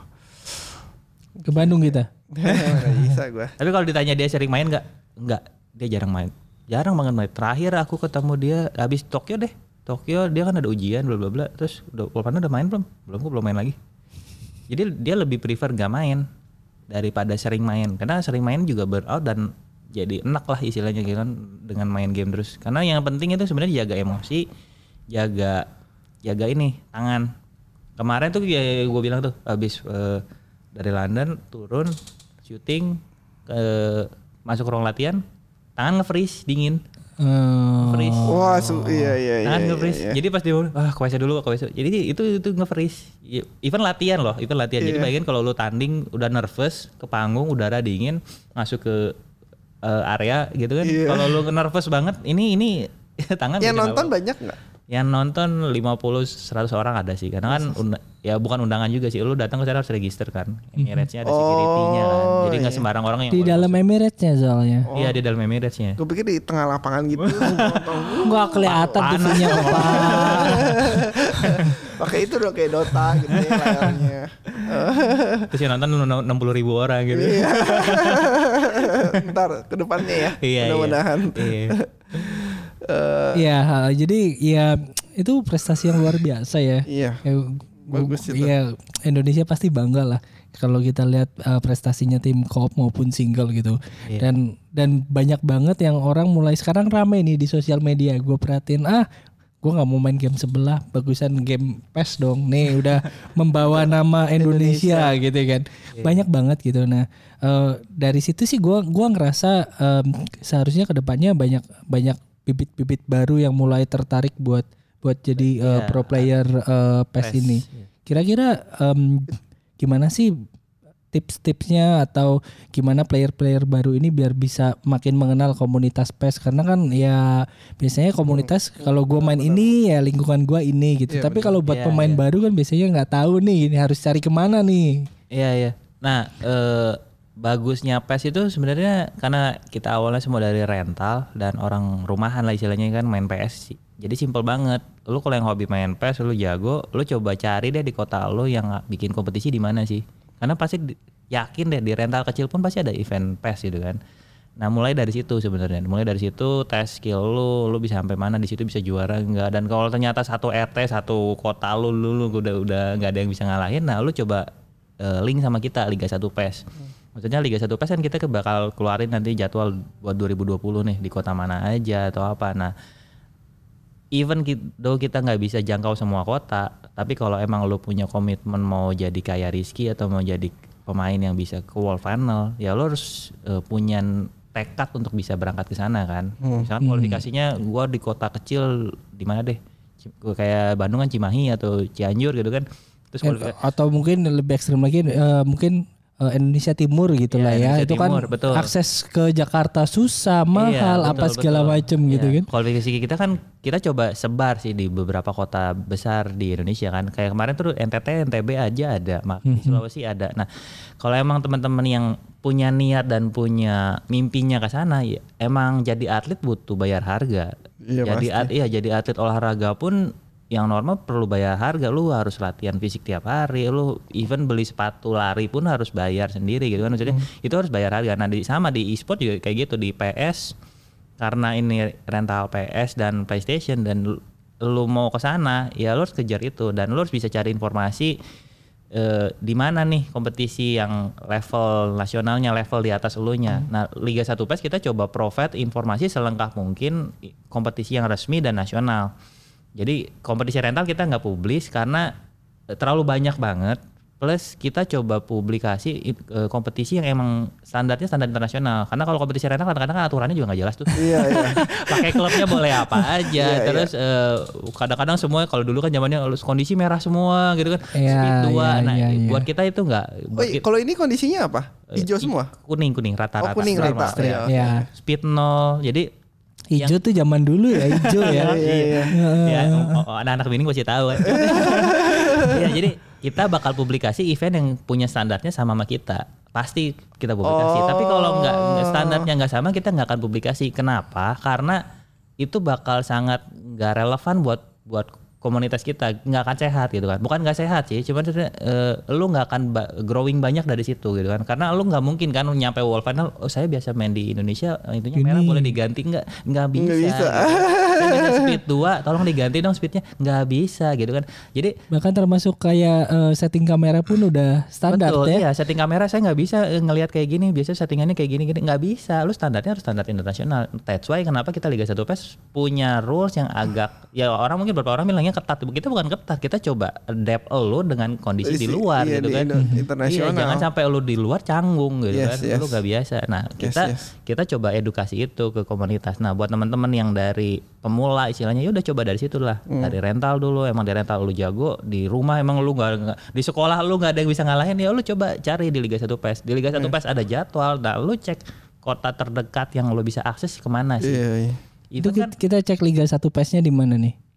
Ke Bandung kita. Mana bisa gua. Tapi kalau ditanya dia sering main nggak? Nggak, dia jarang main. Jarang banget main. Terakhir aku ketemu dia habis Tokyo deh. Tokyo dia kan ada ujian bla bla bla. Terus udah Wolfana udah main belum? Belum, kok belum main lagi. Jadi dia lebih prefer gak main daripada sering main. Karena sering main juga burnout dan jadi enak lah istilahnya gitu kan dengan main game terus. Karena yang penting itu sebenarnya jaga emosi, jaga jaga ini tangan. Kemarin tuh ya gue bilang tuh habis uh, dari London turun syuting ke masuk ruang latihan, tangan nge-freeze dingin. Eh, Freeze. Wah, su- iya iya iya. Tangan iya, nge-freeze. iya. Jadi pas dia ah ke W C dulu, ke W C. Jadi itu itu nge-freeze. Even latihan loh, even latihan. Jadi Iya. bayangin kalau lu tanding udah nervous ke panggung, udara dingin, masuk ke uh, area gitu kan. Iya. Kalau lu nervous banget, ini ini tangan Yang bisa nonton apa. banyak nggak? Yang nonton lima puluh seratus orang ada sih. Karena kan unda, ya bukan undangan juga sih. Lu datang ke sana harus register kan. Emirates-nya ada security-nya kan. Jadi enggak iya. sembarang orang yang Di dalam Emirates-nya soalnya. Iya, di dalam Emirates-nya. Gue pikir di tengah lapangan gitu. Enggak kelihatan T V-nya Bapak. Pakai itu dong kayak Dota gitu ya layarnya. Terus yang nonton enam puluh ribu orang gitu. Iya. Ntar ke depannya ya. Iya, mudah-mudahan. Iya. Iya, ha, jadi ya itu prestasi yang luar biasa ya. Iya. Ya, Bagus itu. Iya, Indonesia pasti bangga lah kalau kita lihat uh, prestasinya tim co-op maupun single gitu. Iya. Dan dan banyak banget yang orang mulai sekarang rame nih di sosial media. Gue perhatiin, ah, gue nggak mau main game sebelah, bagusan game P E S dong. Nih udah membawa nama Indonesia, gitu kan. Iya. Banyak banget gitu. Nah uh, dari situ sih gue gua ngerasa um, seharusnya kedepannya banyak banyak bibit-bibit baru yang mulai tertarik buat buat jadi uh, Iya. pro player uh, P E S P E S, ini. iya. Kira-kira um, gimana sih tips-tipsnya atau gimana player-player baru ini biar bisa makin mengenal komunitas P E S, karena kan ya biasanya komunitas kalau gue main ini ya lingkungan gue ini gitu. Iya, Tapi benar. kalau buat Iya, pemain iya. baru kan biasanya nggak tahu nih ini harus cari kemana nih. Iya, iya. Nah, eh, bagusnya P E S itu sebenarnya karena kita awalnya semua dari rental dan orang rumahan lah istilahnya kan main P E S sih. Jadi simpel banget. Lu kalau yang hobi main P E S lu jago, lu coba cari deh di kota lu yang bikin kompetisi di mana sih. Karena pasti di- yakin deh di rental kecil pun pasti ada event P E S gitu kan. Nah, mulai dari situ sebenarnya. Mulai dari situ tes skill lu, lu bisa sampai mana di situ, bisa juara enggak. Dan kalau ternyata satu R T, satu kota lu lu, lu udah udah enggak ada yang bisa ngalahin, nah lu coba eh, link sama kita Liga satu P E S. Maksudnya Liga satu P E S kan kita ke- bakal keluarin nanti jadwal buat dua ribu dua puluh nih di kota mana aja atau apa. Nah, even though kita nggak bisa jangkau semua kota, tapi kalau emang lu punya komitmen mau jadi kayak Rizky atau mau jadi pemain yang bisa ke World Final, ya lu harus uh, punya tekad untuk bisa berangkat ke sana kan. Misalkan kualifikasinya gua di kota kecil di mana deh, C- kayak Bandung kan Cimahi atau Cianjur gitu kan. Terus Eh, kualifikasi atau mungkin lebih ekstrim lagi eh, mungkin eh, Indonesia Timur gitu Iya, lah ya. Indonesia Itu kan Timur, betul. akses ke Jakarta susah, mahal, Iya, apa betul, segala betul. macem gitu Iya. kan. Kualifikasi kita kan kita coba sebar sih di beberapa kota besar di Indonesia kan. Kayak kemarin tuh N T T, N T B aja ada, mak di Sulawesi ada. Nah, kalau emang teman-teman yang punya niat dan punya mimpinya ke sana, ya emang jadi atlet butuh bayar harga. Iya, jadi pasti. at, iya jadi atlet olahraga pun yang normal perlu bayar harga. Lu harus latihan fisik tiap hari, lu even beli sepatu lari pun harus bayar sendiri gitu kan. Maksudnya itu harus bayar harga. Nah, di, sama di e-sport juga kayak gitu, di P S karena ini rental P S dan PlayStation dan lu, lu mau ke sana ya lu harus kejar itu dan lu harus bisa cari informasi eh, di mana nih kompetisi yang level nasionalnya, level di atas elunya. Nah, Liga satu P E S kita coba provide informasi selengkap mungkin i- kompetisi yang resmi dan nasional. Jadi kompetisi rental kita nggak publis karena eh, terlalu banyak banget. Plus kita coba publikasi i- eh, kompetisi yang emang standarnya standar internasional. Karena kalau kompetisi rental kadang-kadang kan aturannya juga nggak jelas tuh. Iya, iya. Pakai klubnya boleh apa aja. Iya, Terus eh, kadang-kadang semua kalau dulu kan zamannya kondisi merah semua gitu kan. Iya, Speed dua. iya, Nah, iya, iya. buat kita itu nggak. Oh, iya, kalau ini kondisinya apa? Hijau semua? Kuning kuning rata-rata. Oh, kuning Straight, rata. straight. Iya. Ya, Speed nol. Jadi hijau tuh zaman dulu ya, hijau ya. Iya, iya. ya, oh, oh, anak-anak bini pasti tahu kan. Iya, jadi kita bakal publikasi event yang punya standarnya sama sama kita. Pasti kita publikasi. Oh. Tapi kalau nggak nggak standarnya nggak sama, kita nggak akan publikasi. Kenapa? Karena itu bakal sangat nggak relevan buat buat komunitas kita, nggak akan sehat gitu kan. Bukan nggak sehat sih, cuman sebenarnya, eh, lu nggak akan ba- growing banyak dari situ gitu kan. Karena lu nggak mungkin kan lu nyampe World Final, oh saya biasa main di Indonesia, eh, itunya merah boleh diganti nggak? Nggak bisa. Nggak bisa. gitu. Saya bisa speed dua, tolong diganti dong speednya. Nggak bisa gitu kan. Jadi Bahkan termasuk kayak eh, setting kamera pun udah standar betul, ya. iya setting kamera saya nggak bisa eh, ngelihat kayak gini. Biasanya settingannya kayak gini-gini nggak bisa. Lu standarnya harus standar internasional. That's why kenapa kita Liga satu P E S punya rules yang agak ya orang mungkin beberapa orang bilangnya ketat. Kita bukan ketat, kita coba adapt lu dengan kondisi di Isi- luar iya, gitu di kan. Indo- internasional. Iya, jangan sampai lu di luar canggung gitu Yes, kan. yes. Lu nggak biasa. Nah, Yes, kita yes. kita coba edukasi itu ke komunitas. Nah, buat teman-teman yang dari pemula istilahnya ya udah coba dari situ lah. Hmm. Dari rental dulu, emang di rental lu jago, di rumah emang lu nggak nggak- di sekolah lu nggak ada yang bisa ngalahin ya lu coba cari di Liga satu P E S. Di Liga Hmm. satu P E S ada jadwal. Nah, lu cek kota terdekat yang lu bisa akses kemana sih. Iya, iya. Itu Itu kan kita, kita cek Liga satu P E S-nya di mana nih?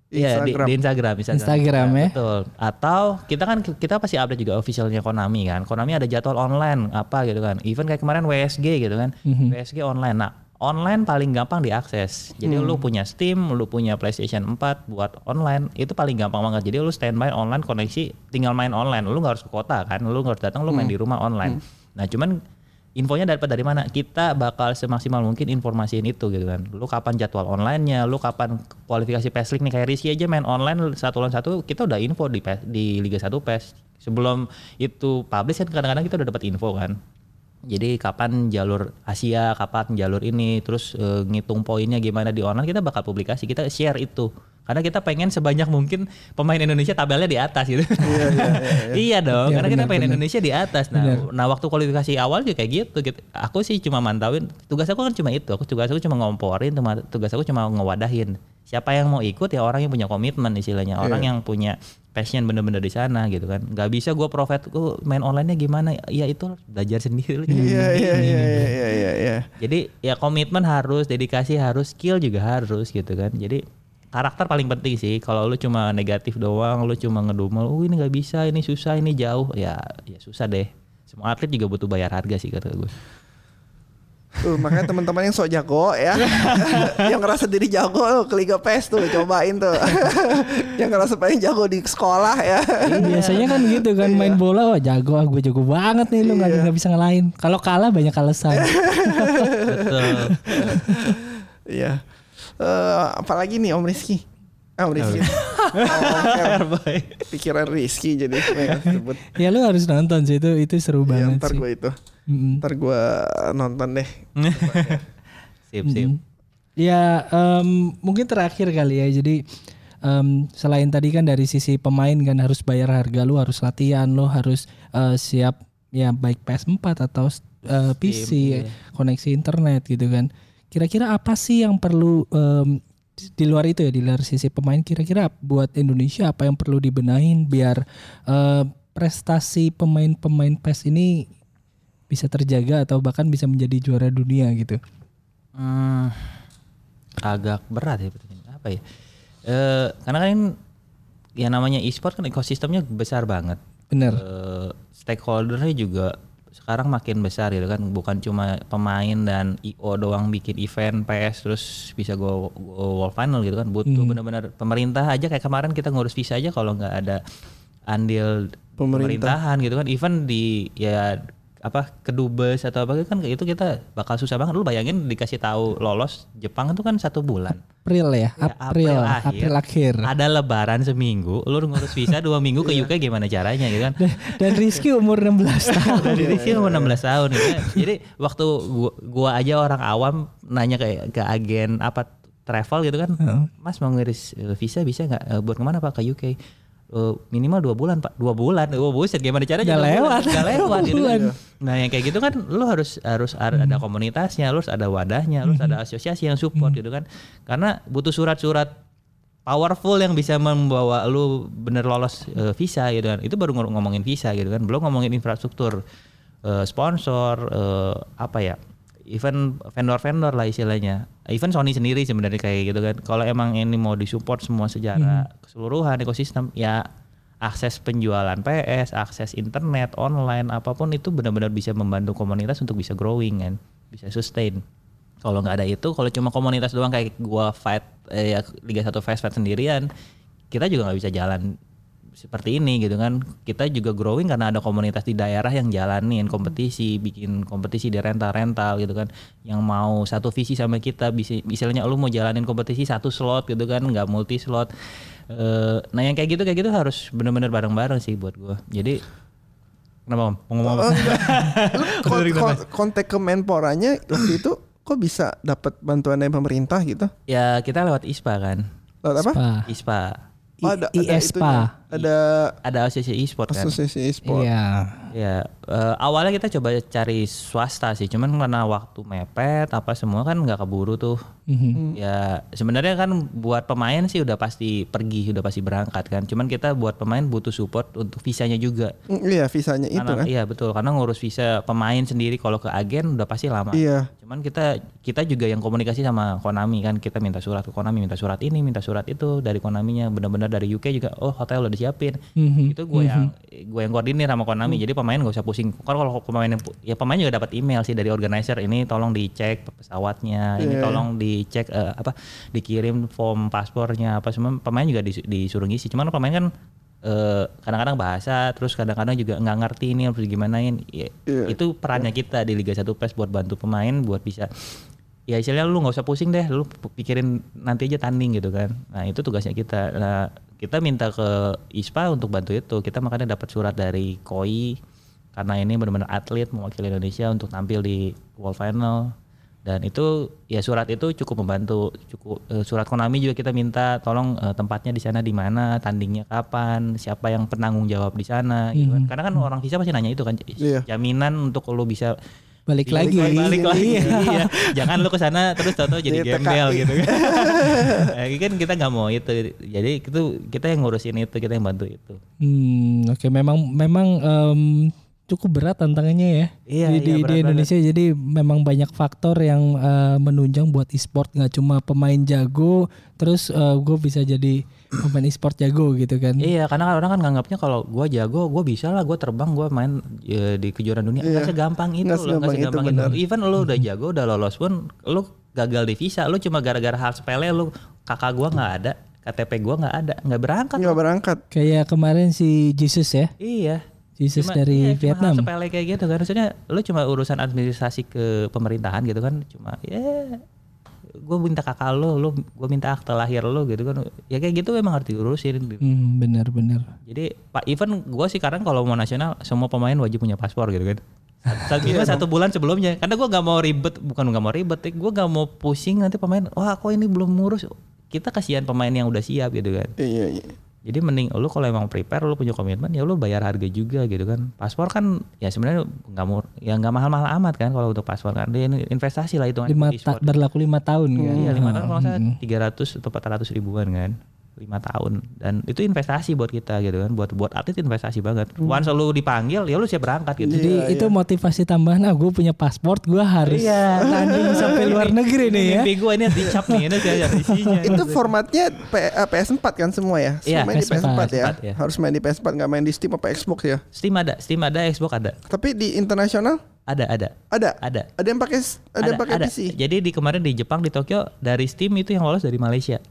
Iya di, Instagram. di Instagram, Instagram, Instagram ya. Betul. Atau kita kan kita pasti update juga officialnya Konami kan. Konami ada jadwal online apa gitu kan. Even kayak kemarin W S G gitu kan. Mhm. W S G online. Nah online paling gampang diakses. Jadi Hmm. lu punya Steam, lu punya PlayStation empat buat online itu paling gampang banget. Jadi lu standby online koneksi, tinggal main online. Lu nggak harus ke kota kan. Lu nggak harus datang, lu main Hmm. di rumah online. Nah cuman infonya dapat dari mana? Kita bakal semaksimal mungkin informasiin itu gitu kan. Lu kapan jadwal online-nya, lu kapan kualifikasi P E S League nih, kayak Rizky aja main online satu lawan satu, kita udah info di P E S, di Liga satu P E S. Sebelum itu publish kan kadang-kadang kita udah dapat info kan. Jadi kapan jalur Asia, kapan jalur ini, terus e, ngitung poinnya gimana di online, kita bakal publikasi, kita share itu. Karena kita pengen sebanyak mungkin pemain Indonesia tabelnya di atas gitu. Iya, iya, iya. Iya dong, Iya, karena kita benar, pengen benar. Indonesia di atas. Nah, Benar. nah waktu kualifikasi awal juga kayak gitu, gitu. Aku sih cuma mantauin. Tugas aku kan cuma itu. Aku tugas aku cuma ngomporin, cuma tugas aku cuma ngewadahin. Siapa yang mau ikut ya orang yang punya komitmen istilahnya, orang Iya. yang punya passion bener-bener di sana gitu kan. Gak bisa gue profit, gue main online-nya gimana? Ya itu belajar sendiri. Iya, iya, iya, iya, iya, iya. Jadi ya komitmen harus, dedikasi harus, skill juga harus gitu kan. Jadi karakter paling penting sih. Kalau lu cuma negatif doang, lu cuma ngedumel, oh ini nggak bisa, ini susah, ini jauh, ya ya susah deh. Semua atlet juga butuh bayar harga sih kata gue. Tuh makanya teman-teman yang sok jago ya, yang ngerasa diri jago tuh ke Liga P E S tuh cobain tuh, yang ngerasa paling jago di sekolah ya. Biasanya kan gitu kan main bola, wah jago, ah gue jago banget nih, lu nggak nggak bisa ngalahin. Kalau kalah banyak alasan. Betul. Iya. Eh, apalagi nih Om Rizky. Ah, Om Rizky. Oh, kan. Pikiran Rizky jadi pengen sebut. Ya lu harus nonton sih, itu itu seru Ya, banget ntar sih. gue itu, Mm-mm. ntar gue nonton deh. Sip sip. Mm-mm. Ya em, mungkin terakhir kali ya. Jadi em, selain tadi kan dari sisi pemain kan harus bayar harga, lu harus latihan, lu harus eh, siap ya baik P S empat atau eh, P C, Steam, iya. koneksi internet gitu kan. Kira-kira apa sih yang perlu em, di luar itu ya, di luar sisi pemain, kira-kira buat Indonesia apa yang perlu dibenahin biar eh, prestasi pemain-pemain P E S ini bisa terjaga atau bahkan bisa menjadi juara dunia gitu. Hmm, agak berat ya pertanyaan. Apa ya? Eh, karena kan ya namanya e-sport kan ekosistemnya besar banget. Bener. Eh, stakeholdernya juga sekarang makin besar gitu kan, bukan cuma pemain dan I O doang bikin event P S terus bisa go, go world final gitu kan, butuh Hmm. benar-benar pemerintah aja. Kayak kemarin kita ngurus visa aja kalau nggak ada andil Pemerintah. pemerintahan gitu kan, even di ya apa kedubes atau apa kan itu kita bakal susah banget. Lu bayangin dikasih tahu lolos Jepang itu kan satu bulan. April ya, Ya, April, April akhir. Ada lebaran seminggu, lu ngurus visa dua minggu ke U K gimana caranya gitu kan? Dan Rizky umur enam belas tahun. Dari Rizky umur enam belas tahun gitu kan. Jadi waktu gua, gua aja orang awam nanya ke ke agen apa travel gitu kan, Heeh. Mas mau ngiris eh, visa bisa nggak eh, buat kemana Pak, ke U K? Eh, minimal dua bulan Pak, dua bulan, oh buset gimana caranya? Nggak dua bulan? lewat. Nggak lewat gitu kan. Dua bulan. Nah yang kayak gitu kan, lu harus harus ada komunitasnya, lu harus ada wadahnya, lu harus ada asosiasi yang support gitu kan. Karena butuh surat-surat powerful yang bisa membawa lu bener lolos eh, visa gitu kan. Itu baru ngom- ngomongin visa gitu kan, belum ngomongin infrastruktur, eh, sponsor, eh, apa ya, event vendor-vendor lah istilahnya. Even Sony sendiri sebenarnya kayak gitu kan. Kalau emang ini mau disupport semua secara keseluruhan ekosistem, ya akses penjualan P S, akses internet, online, apapun itu benar-benar bisa membantu komunitas untuk bisa growing kan, bisa sustain. Kalau nggak ada itu, kalau cuma komunitas doang kayak gua fight eh, ya Liga satu fast fight sendirian, kita juga nggak bisa jalan seperti ini gitu kan. Kita juga growing karena ada komunitas di daerah yang jalanin kompetisi, bikin kompetisi di rental-rental gitu kan, yang mau satu visi sama kita. Bisa misalnya lu mau jalanin kompetisi satu slot gitu kan, nggak multi slot. Eh, nah yang kayak gitu kayak gitu harus benar-benar bareng-bareng sih buat gua. Jadi kenapa Om? Mau ngomong apa? Oh, Lu kon- kon- kontak ke Menporanya waktu itu kok bisa dapat bantuan dari pemerintah gitu? Ya kita lewat I S P A kan. Lewat apa? Spa. I S P A. Oh, ada- I- ada ISPA. Ada ada asosiasi e-sport kan. asosiasi e-sport. Iya. Ya, eh, awalnya kita coba cari swasta sih, cuman karena waktu mepet apa semua kan nggak keburu tuh. Mhm. Ya sebenarnya kan buat pemain sih udah pasti pergi, udah pasti berangkat kan. Cuman kita buat pemain butuh support untuk visanya juga. Mm, Iya visanya itu Karena, kan. Iya betul, karena ngurus visa pemain sendiri kalau ke agen udah pasti lama. Iya. Cuman kita kita juga yang komunikasi sama Konami kan, kita minta surat ke Konami, minta surat ini, minta surat itu dari Konaminya, benar-benar dari U K juga. Oh hotel udah disiapin. Mhm. Itu gue yang gue yang koordinir sama Konami. Jadi pemain gak usah pusing. Kan kalau pemain yang pu- ya pemain juga dapat email sih dari organizer, ini tolong dicek pesawatnya, ini Iya. tolong dicek eh, apa dikirim form paspornya apa semua. Pemain juga dis- disuruh ngisi. Cuman pemain kan eh, kadang-kadang bahasa, terus kadang-kadang juga nggak ngerti ini harus gimanain. Ya, Iya. itu perannya kita di Liga satu P E S buat bantu pemain buat bisa ya istilahnya lu nggak usah pusing deh, lu pikirin nanti aja tanding gitu kan. Nah itu tugasnya kita. Nah kita minta ke I S P A untuk bantu itu. Kita makanya dapat surat dari K O I karena ini benar-benar atlet mewakili Indonesia untuk tampil di World Final. Dan itu ya surat itu cukup membantu. Cukup eh, surat Konami juga kita minta tolong eh, tempatnya di sana di mana, tandingnya kapan, siapa yang penanggung jawab di sana gitu kan. Karena kan orang visa pasti nanya itu kan. Iya. Jaminan untuk lu bisa Balik Balik lagi. lagi, balik lagi. Iya. Iya. Jangan lu kesana terus tahu-tahu jadi Jadi T K I. gembel gitu kan. Nah, kan kita nggak mau itu. Jadi itu kita yang ngurusin itu, kita yang bantu itu. Hmm, oke memang memang em, cukup berat tantangannya ya. Iya, di, iya, di, berat di Indonesia jadi memang banyak faktor yang eh, menunjang buat e-sport, nggak cuma pemain jago terus gue bisa jadi pemain e-sport jago gitu kan. Iya, karena kan orang kan nganggapnya kalau gua jago, gua bisa lah, gua terbang, gua main ya, di kejuaraan dunia. Iya. Nggak segampang itu Nggak loh, segampang nggak itu, segampang itu. benar. Even lu udah jago, udah lolos pun, lu gagal di visa, lu cuma gara-gara hal sepele, lu kakak gua nggak ada, K T P gua nggak ada, nggak berangkat. Nggak berangkat. Kayak kemarin si Jesus ya, Iya. Jesus Cuma- dari iya, cuma Vietnam. hal sepele kayak gitu kan. Maksudnya lu cuma urusan administrasi ke pemerintahan gitu kan. Cuma ya gue minta kakak lo, lo gue minta akte lahir lo gitu kan. Ya kayak gitu memang harus diurusin. Gitu. Hmm, benar-benar. Jadi Pak even gue sih sekarang kalau mau nasional semua pemain wajib punya paspor gitu kan. Saat Iya itu satu bulan sebelumnya. Karena gue nggak mau ribet, bukan nggak mau ribet, gue nggak mau pusing nanti pemain. Wah kok ini belum ngurus. Kita kasihan pemain yang udah siap gitu kan. Iya iya. Jadi mending lu kalau emang prepare, lu punya komitmen, ya lu bayar harga juga gitu kan. Paspor kan ya sebenarnya nggak mau, ya nggak mahal-mahal amat kan kalau untuk paspor kan. Dia investasi lah itu. Lima ta- berlaku lima tahun kan. Iya lima tahun kalau saya Hmm. tiga ratus atau empat ratus ribuan kan. lima tahun dan itu investasi buat kita gitu kan, buat buat atlet investasi banget. Once lu dipanggil ya lu siap berangkat gitu. Jadi Iya, itu motivasi tambahan, ah gue punya paspor, gue harus Iya. tanding sampai luar negeri nih ya. Mimpi gue ini dicap nih, ini saya isinya. Itu formatnya P, eh, P S empat kan semua ya? Iya, Semua main di P S empat ya? P S empat, ya. Harus main di P S empat, nggak main di Steam apa Xbox ya? Steam ada, Steam ada, Xbox ada, Tapi di internasional ada ada ada? ada. Ada yang pakai ada, yang pakai ada. P C? Jadi di kemarin di Jepang di Tokyo dari Steam itu yang lolos dari Malaysia.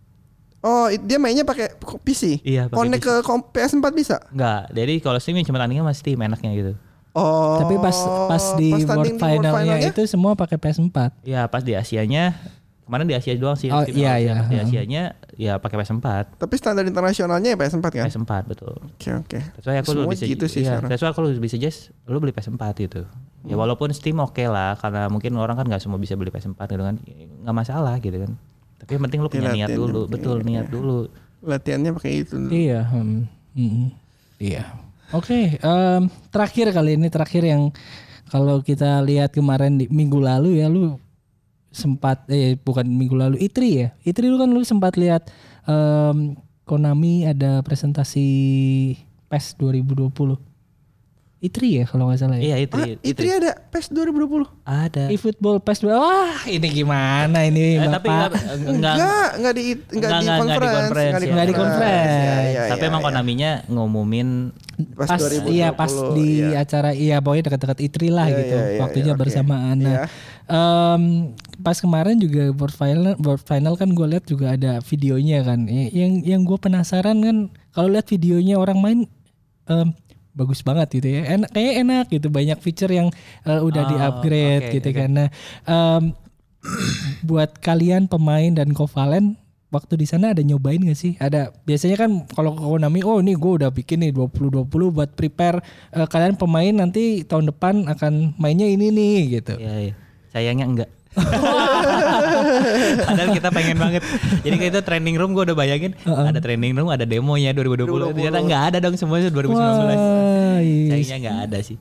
Oh, it- dia mainnya pakai P C? Iya, pakai Connect P C. ke kom- P S empat bisa? Enggak, jadi kalau Steam cuma tandingnya sama Steam enaknya gitu. Oh. Tapi pas pas di pas World tanding di Finalnya Finalnya? itu semua pakai P S empat. Ya pas di Asianya, kemarin di Asia doang sih. Oh, Steam iya, lolos ya. iya. Pas Di Asianya ya pakai P S empat. Tapi standar internasionalnya ya P S empat kan? P S empat betul. Oke oke. That's why aku Semua lebih gitu sih iya, sekarang. that's why aku lebih suggest lu beli P S empat gitu. Ya walaupun Steam oke lah, karena mungkin orang kan nggak semua bisa beli P S empat gitu kan, ya, nggak masalah gitu kan. Tapi yang penting lu punya Iya, niat latihan dulu, juga, betul iya. niat dulu. Latihannya pakai itu dulu. Iya, hmm, hmm, iya. Oke, em, terakhir kali ini terakhir yang kalau kita lihat kemarin di minggu lalu ya, lu sempat eh bukan minggu lalu I T R I ya, I T R I lu kan lu sempat lihat em, Konami ada presentasi P E S dua ribu dua puluh. I T R I ya kalau nggak salah ya. Iya itu, Ah, itu itu ada P E S dua ribu dua puluh? ada. E-football P E S dua. Wah, ini gimana ini Eh, tapi Bapak? enggak, enggak, Enggak, enggak di enggak di Enggak, enggak, conference, enggak di conference, Enggak di conference. Iya, iya, tapi iya, emang iya. Konaminya ngumumin Pas pas dua ribu dua puluh, iya pas di iya. acara iya pokoknya dekat-dekat I T R I lah Iya, gitu iya, iya, waktunya iya, oke. bersamaan. Nah, Iya. em, pas kemarin juga World Final World Final kan gue lihat juga ada videonya kan. Y- Yang yang gue penasaran kan kalau lihat videonya orang main em, bagus banget gitu ya. Enak kayak enak gitu, banyak feature yang eh, udah Oh, di-upgrade oke, gitu oke. kan. Nah, em, buat kalian pemain dan Kovalen waktu di sana ada nyobain gak sih? Ada biasanya kan kalau ke Konami, oh ini gue udah bikin nih dua puluh dua puluh buat prepare eh, kalian pemain nanti tahun depan akan mainnya ini nih gitu. Iya, iya. Sayangnya enggak. Padahal kita pengen banget. Jadi kayak itu training room gue udah bayangin uh-uh. ada training room, ada demonya dua ribu dua puluh. Ternyata nggak ada dong semuanya dua ribu sembilan belas. Sayangnya nggak ada sih.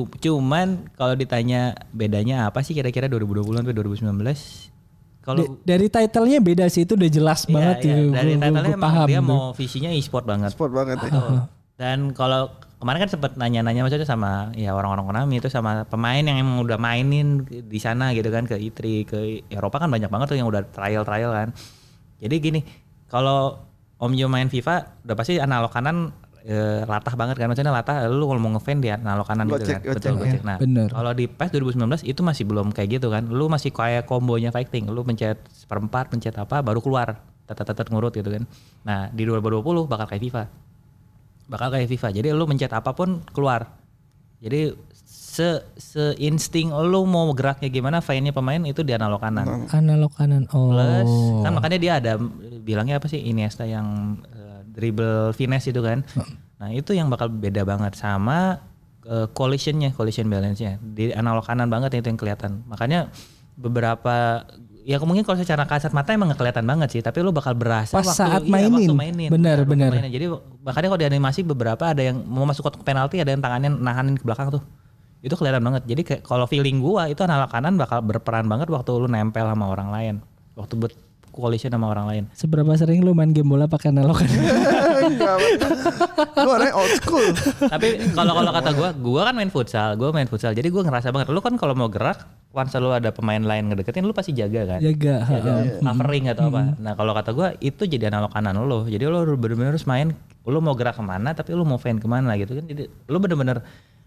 Cuman kalau ditanya bedanya apa sih kira-kira dua ribu dua puluh sampai dua ribu sembilan belas? Kalau dari title-nya beda sih, itu udah jelas iya, banget iya. Gitu. Dari title-nya emang paham dia tuh. mau visinya e-sport banget. E-sport banget ya. Uh-huh. Dan kalau kemarin kan sempat nanya-nanya maksudnya sama ya orang-orang Konami itu sama pemain yang emang udah mainin di sana gitu kan, ke E tiga, ke Eropa kan banyak banget tuh yang udah trial-trial kan. Jadi gini, kalau Om Jo main FIFA udah pasti analog kanan e, latah banget kan, maksudnya latah lu kalau mau nge-fan dia analog kanan gitu kan. Gocek, Betul gocek. Nah, kalau di PES dua ribu sembilan belas itu masih belum kayak gitu kan. Lu masih kayak kombonya fighting, lu pencet seperempat, pencet apa baru keluar. Tet-tet ngurut gitu kan. Nah, di dua ribu dua puluh bakal kayak FIFA. Bakal kayak FIFA. Jadi lu mencet apapun keluar. Jadi se se insting lu mau geraknya gimana, fine-nya pemain itu di analog kanan. Analog kanan. Oh. Plus kan makanya dia ada bilangnya apa sih Iniesta yang uh, dribble finesse itu kan. Nah, itu yang bakal beda banget sama uh, collision-nya, collision balance-nya. Di analog kanan banget itu yang kelihatan. Makanya beberapa ya mungkin kalau secara kasat mata emang gak kelihatan banget sih, tapi lu bakal berasa pas waktu, saat iya, mainin. waktu mainin. Benar, benar. Mainin. Jadi makanya kalau di animasi beberapa ada yang mau masuk kotak penalti ada yang tangannya nahanin ke belakang tuh. Itu kelihatan banget. Jadi kayak kalau feeling gua itu analog kanan bakal berperan banget waktu lu nempel sama orang lain. Waktu ber coalition sama orang lain. Seberapa sering lu main game bola pakai analog kanan? Enggak. Lu orangnya old school. Tapi kalau kalau kata gua, gua kan main futsal, gua main futsal. Jadi gua ngerasa banget. Lu kan kalau mau gerak, once lu ada pemain lain ngedeketin, lu pasti jaga kan. Jaga. Jaga covering atau apa. Nah kalau kata gua itu jadi analog kanan lu. Jadi lu bener-bener harus main. Lu mau gerak kemana, tapi lu mau fan kemana gitu kan. Jadi lu bener-bener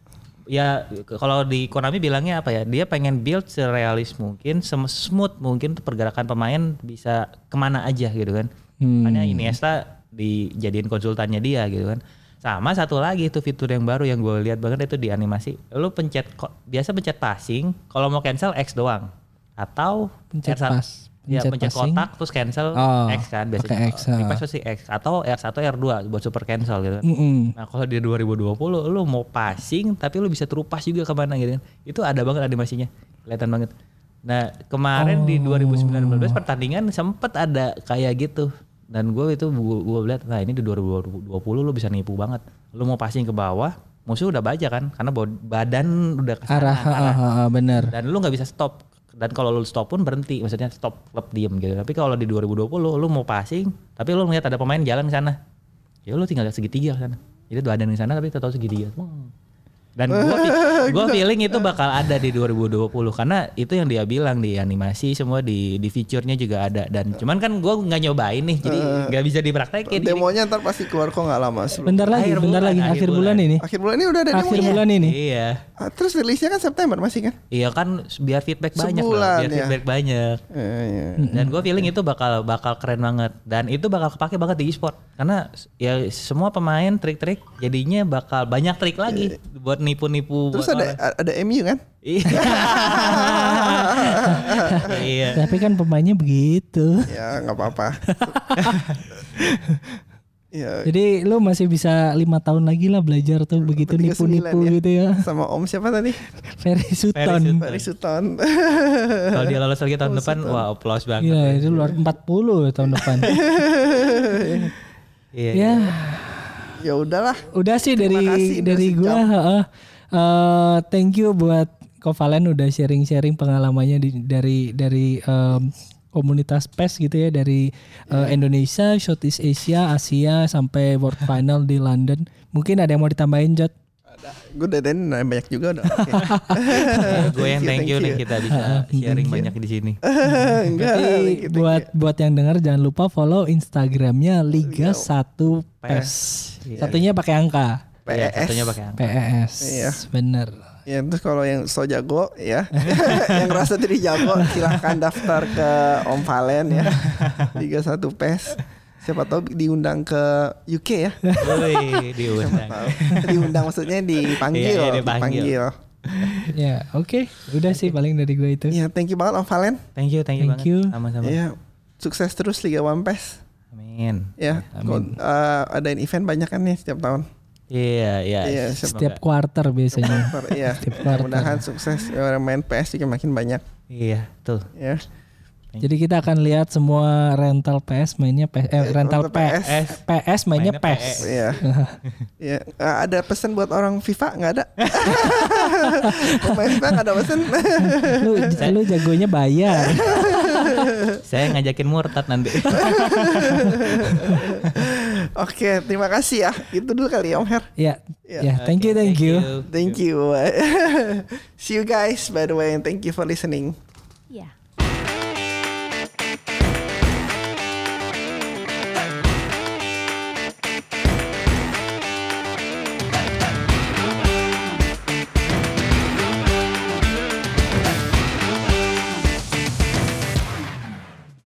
ya kalau di Konami bilangnya apa ya, dia pengen build serealis mungkin, smooth mungkin tuh pergerakan pemain bisa kemana aja gitu kan. Hmm. Makanya Iniesta dijadiin konsultannya dia gitu kan. Sama satu lagi itu fitur yang baru yang gue lihat banget itu di animasi. Lu pencet biasa pencet passing, kalau mau cancel X doang atau pencet R satu, pas. Ya pencet pencet passing. Kotak terus cancel oh, X kan biasanya. X, oh. Request pasti X atau R satu R dua buat super cancel gitu. Mm-hmm. Nah, kalau di dua ribu dua puluh lu mau passing tapi lu bisa terupas juga kemana gitu kan. Itu ada banget animasinya. Kelihatan banget. Nah, kemarin oh. di dua ribu sembilan belas pertandingan sempet ada kayak gitu. Dan gue itu gue lihat nah ini di dua ribu dua puluh lu bisa nipu banget. Lu mau passing ke bawah, musuh udah baca kan karena badan udah kesana, arah, arah. Ah, ah, bener. Dan lu nggak bisa stop. Dan kalau lu stop pun berhenti, maksudnya stop klub diem gitu. Tapi kalau di dua ribu dua puluh lu mau passing, tapi lu ngeliat ada pemain jalan ke sana, ya lu tinggal segitiga ke sana. Jadi badan ke sana tapi tetap segitiga. Dan gua, gua feeling itu bakal ada di dua ribu dua puluh karena itu yang dia bilang di animasi semua di di feature-nya juga ada. Dan cuman kan gua nggak nyobain nih, jadi nggak uh, bisa dipraktekin. Demonya ntar pasti keluar kok nggak lama sebelum. Bentar lagi, akhir bentar bulan, lagi akhir, akhir bulan, bulan ini. Akhir bulan ini udah ada akhir demonya. Akhir bulan ini. Iya. Ah, terus rilisnya kan September masih kan? Iya kan biar feedback banyak Sebulan, loh, biar ya. feedback banyak. Eh, iya. Dan gue feeling itu bakal bakal keren banget dan itu bakal kepake banget di e-sport karena ya semua pemain trik-trik jadinya bakal banyak trik lagi buat nipu-nipu. Terus buat ada orang. ada M U kan? Iya. Tapi kan pemainnya begitu. Ya nggak apa-apa. Ya. Jadi lu masih bisa lima tahun lagi lah belajar tuh begitu nipu-nipu ya. Gitu ya. Sama Om siapa tadi? Ferry Sutton. Ferry Sutton. Kalau dia lolos lagi tahun oh, depan, Sutton. Wah applause banget. Iya itu luar empat puluh tahun depan. Iya. Ya. Ya udahlah. Udah sih dari kasih, dari gua. Uh, uh, thank you buat Kovalen udah sharing-sharing pengalamannya di, dari dari um, komunitas P E S gitu ya dari yeah. uh, Indonesia, Southeast Asia, Asia sampai World Final di London. Mungkin ada yang mau ditambahin, Jot? Ada. Gue udah dan banyak juga udah. Okay. Gue yang thank you nih kita bisa sharing banyak di sini. Enggak. Tapi buat buat yang dengar jangan lupa follow Instagramnya Liga satu P E S. Satunya pakai angka. P E S. Satunya pakai angka. P E S. Iya. Bener. Ya terus kalau yang so jago ya, yang rasa diri jago silahkan daftar ke Om Valen ya, Liga satu P E S. Siapa tahu diundang ke U K ya. Woi, diundang. Diundang maksudnya dipanggil, iya, iya, dipanggil. Ya, oke. Okay. Udah okay. sih paling dari gue itu. Ya, thank you banget Om Valen. Thank you, thank you thank banget. You. Sama-sama. Ya, sukses terus Liga One P E S. Amin. Ya, Amin. Uh, adain event banyak kan nih setiap tahun. Iya, iya. iya setiap kuarter biasanya. Quarter, iya. Setiap kuarter. Mudah-mudahan sukses orang main P S juga makin banyak. Iya, tuh. Ya. Jadi kita akan lihat semua rental P S mainnya P S, eh, rental P S, P S mainnya P S. Iya. Iya. Ada pesan buat orang FIFA nggak ada? Pemain FIFA nggak ada pesan. lu, lu jagonya bayar. Saya ngajakin murtad nanti. Oke, terima kasih ya. Itu dulu kali ya Om Her. Ya, Ya. ya, thank you, thank you. Thank you. See you guys by the way and thank you for listening. Ya.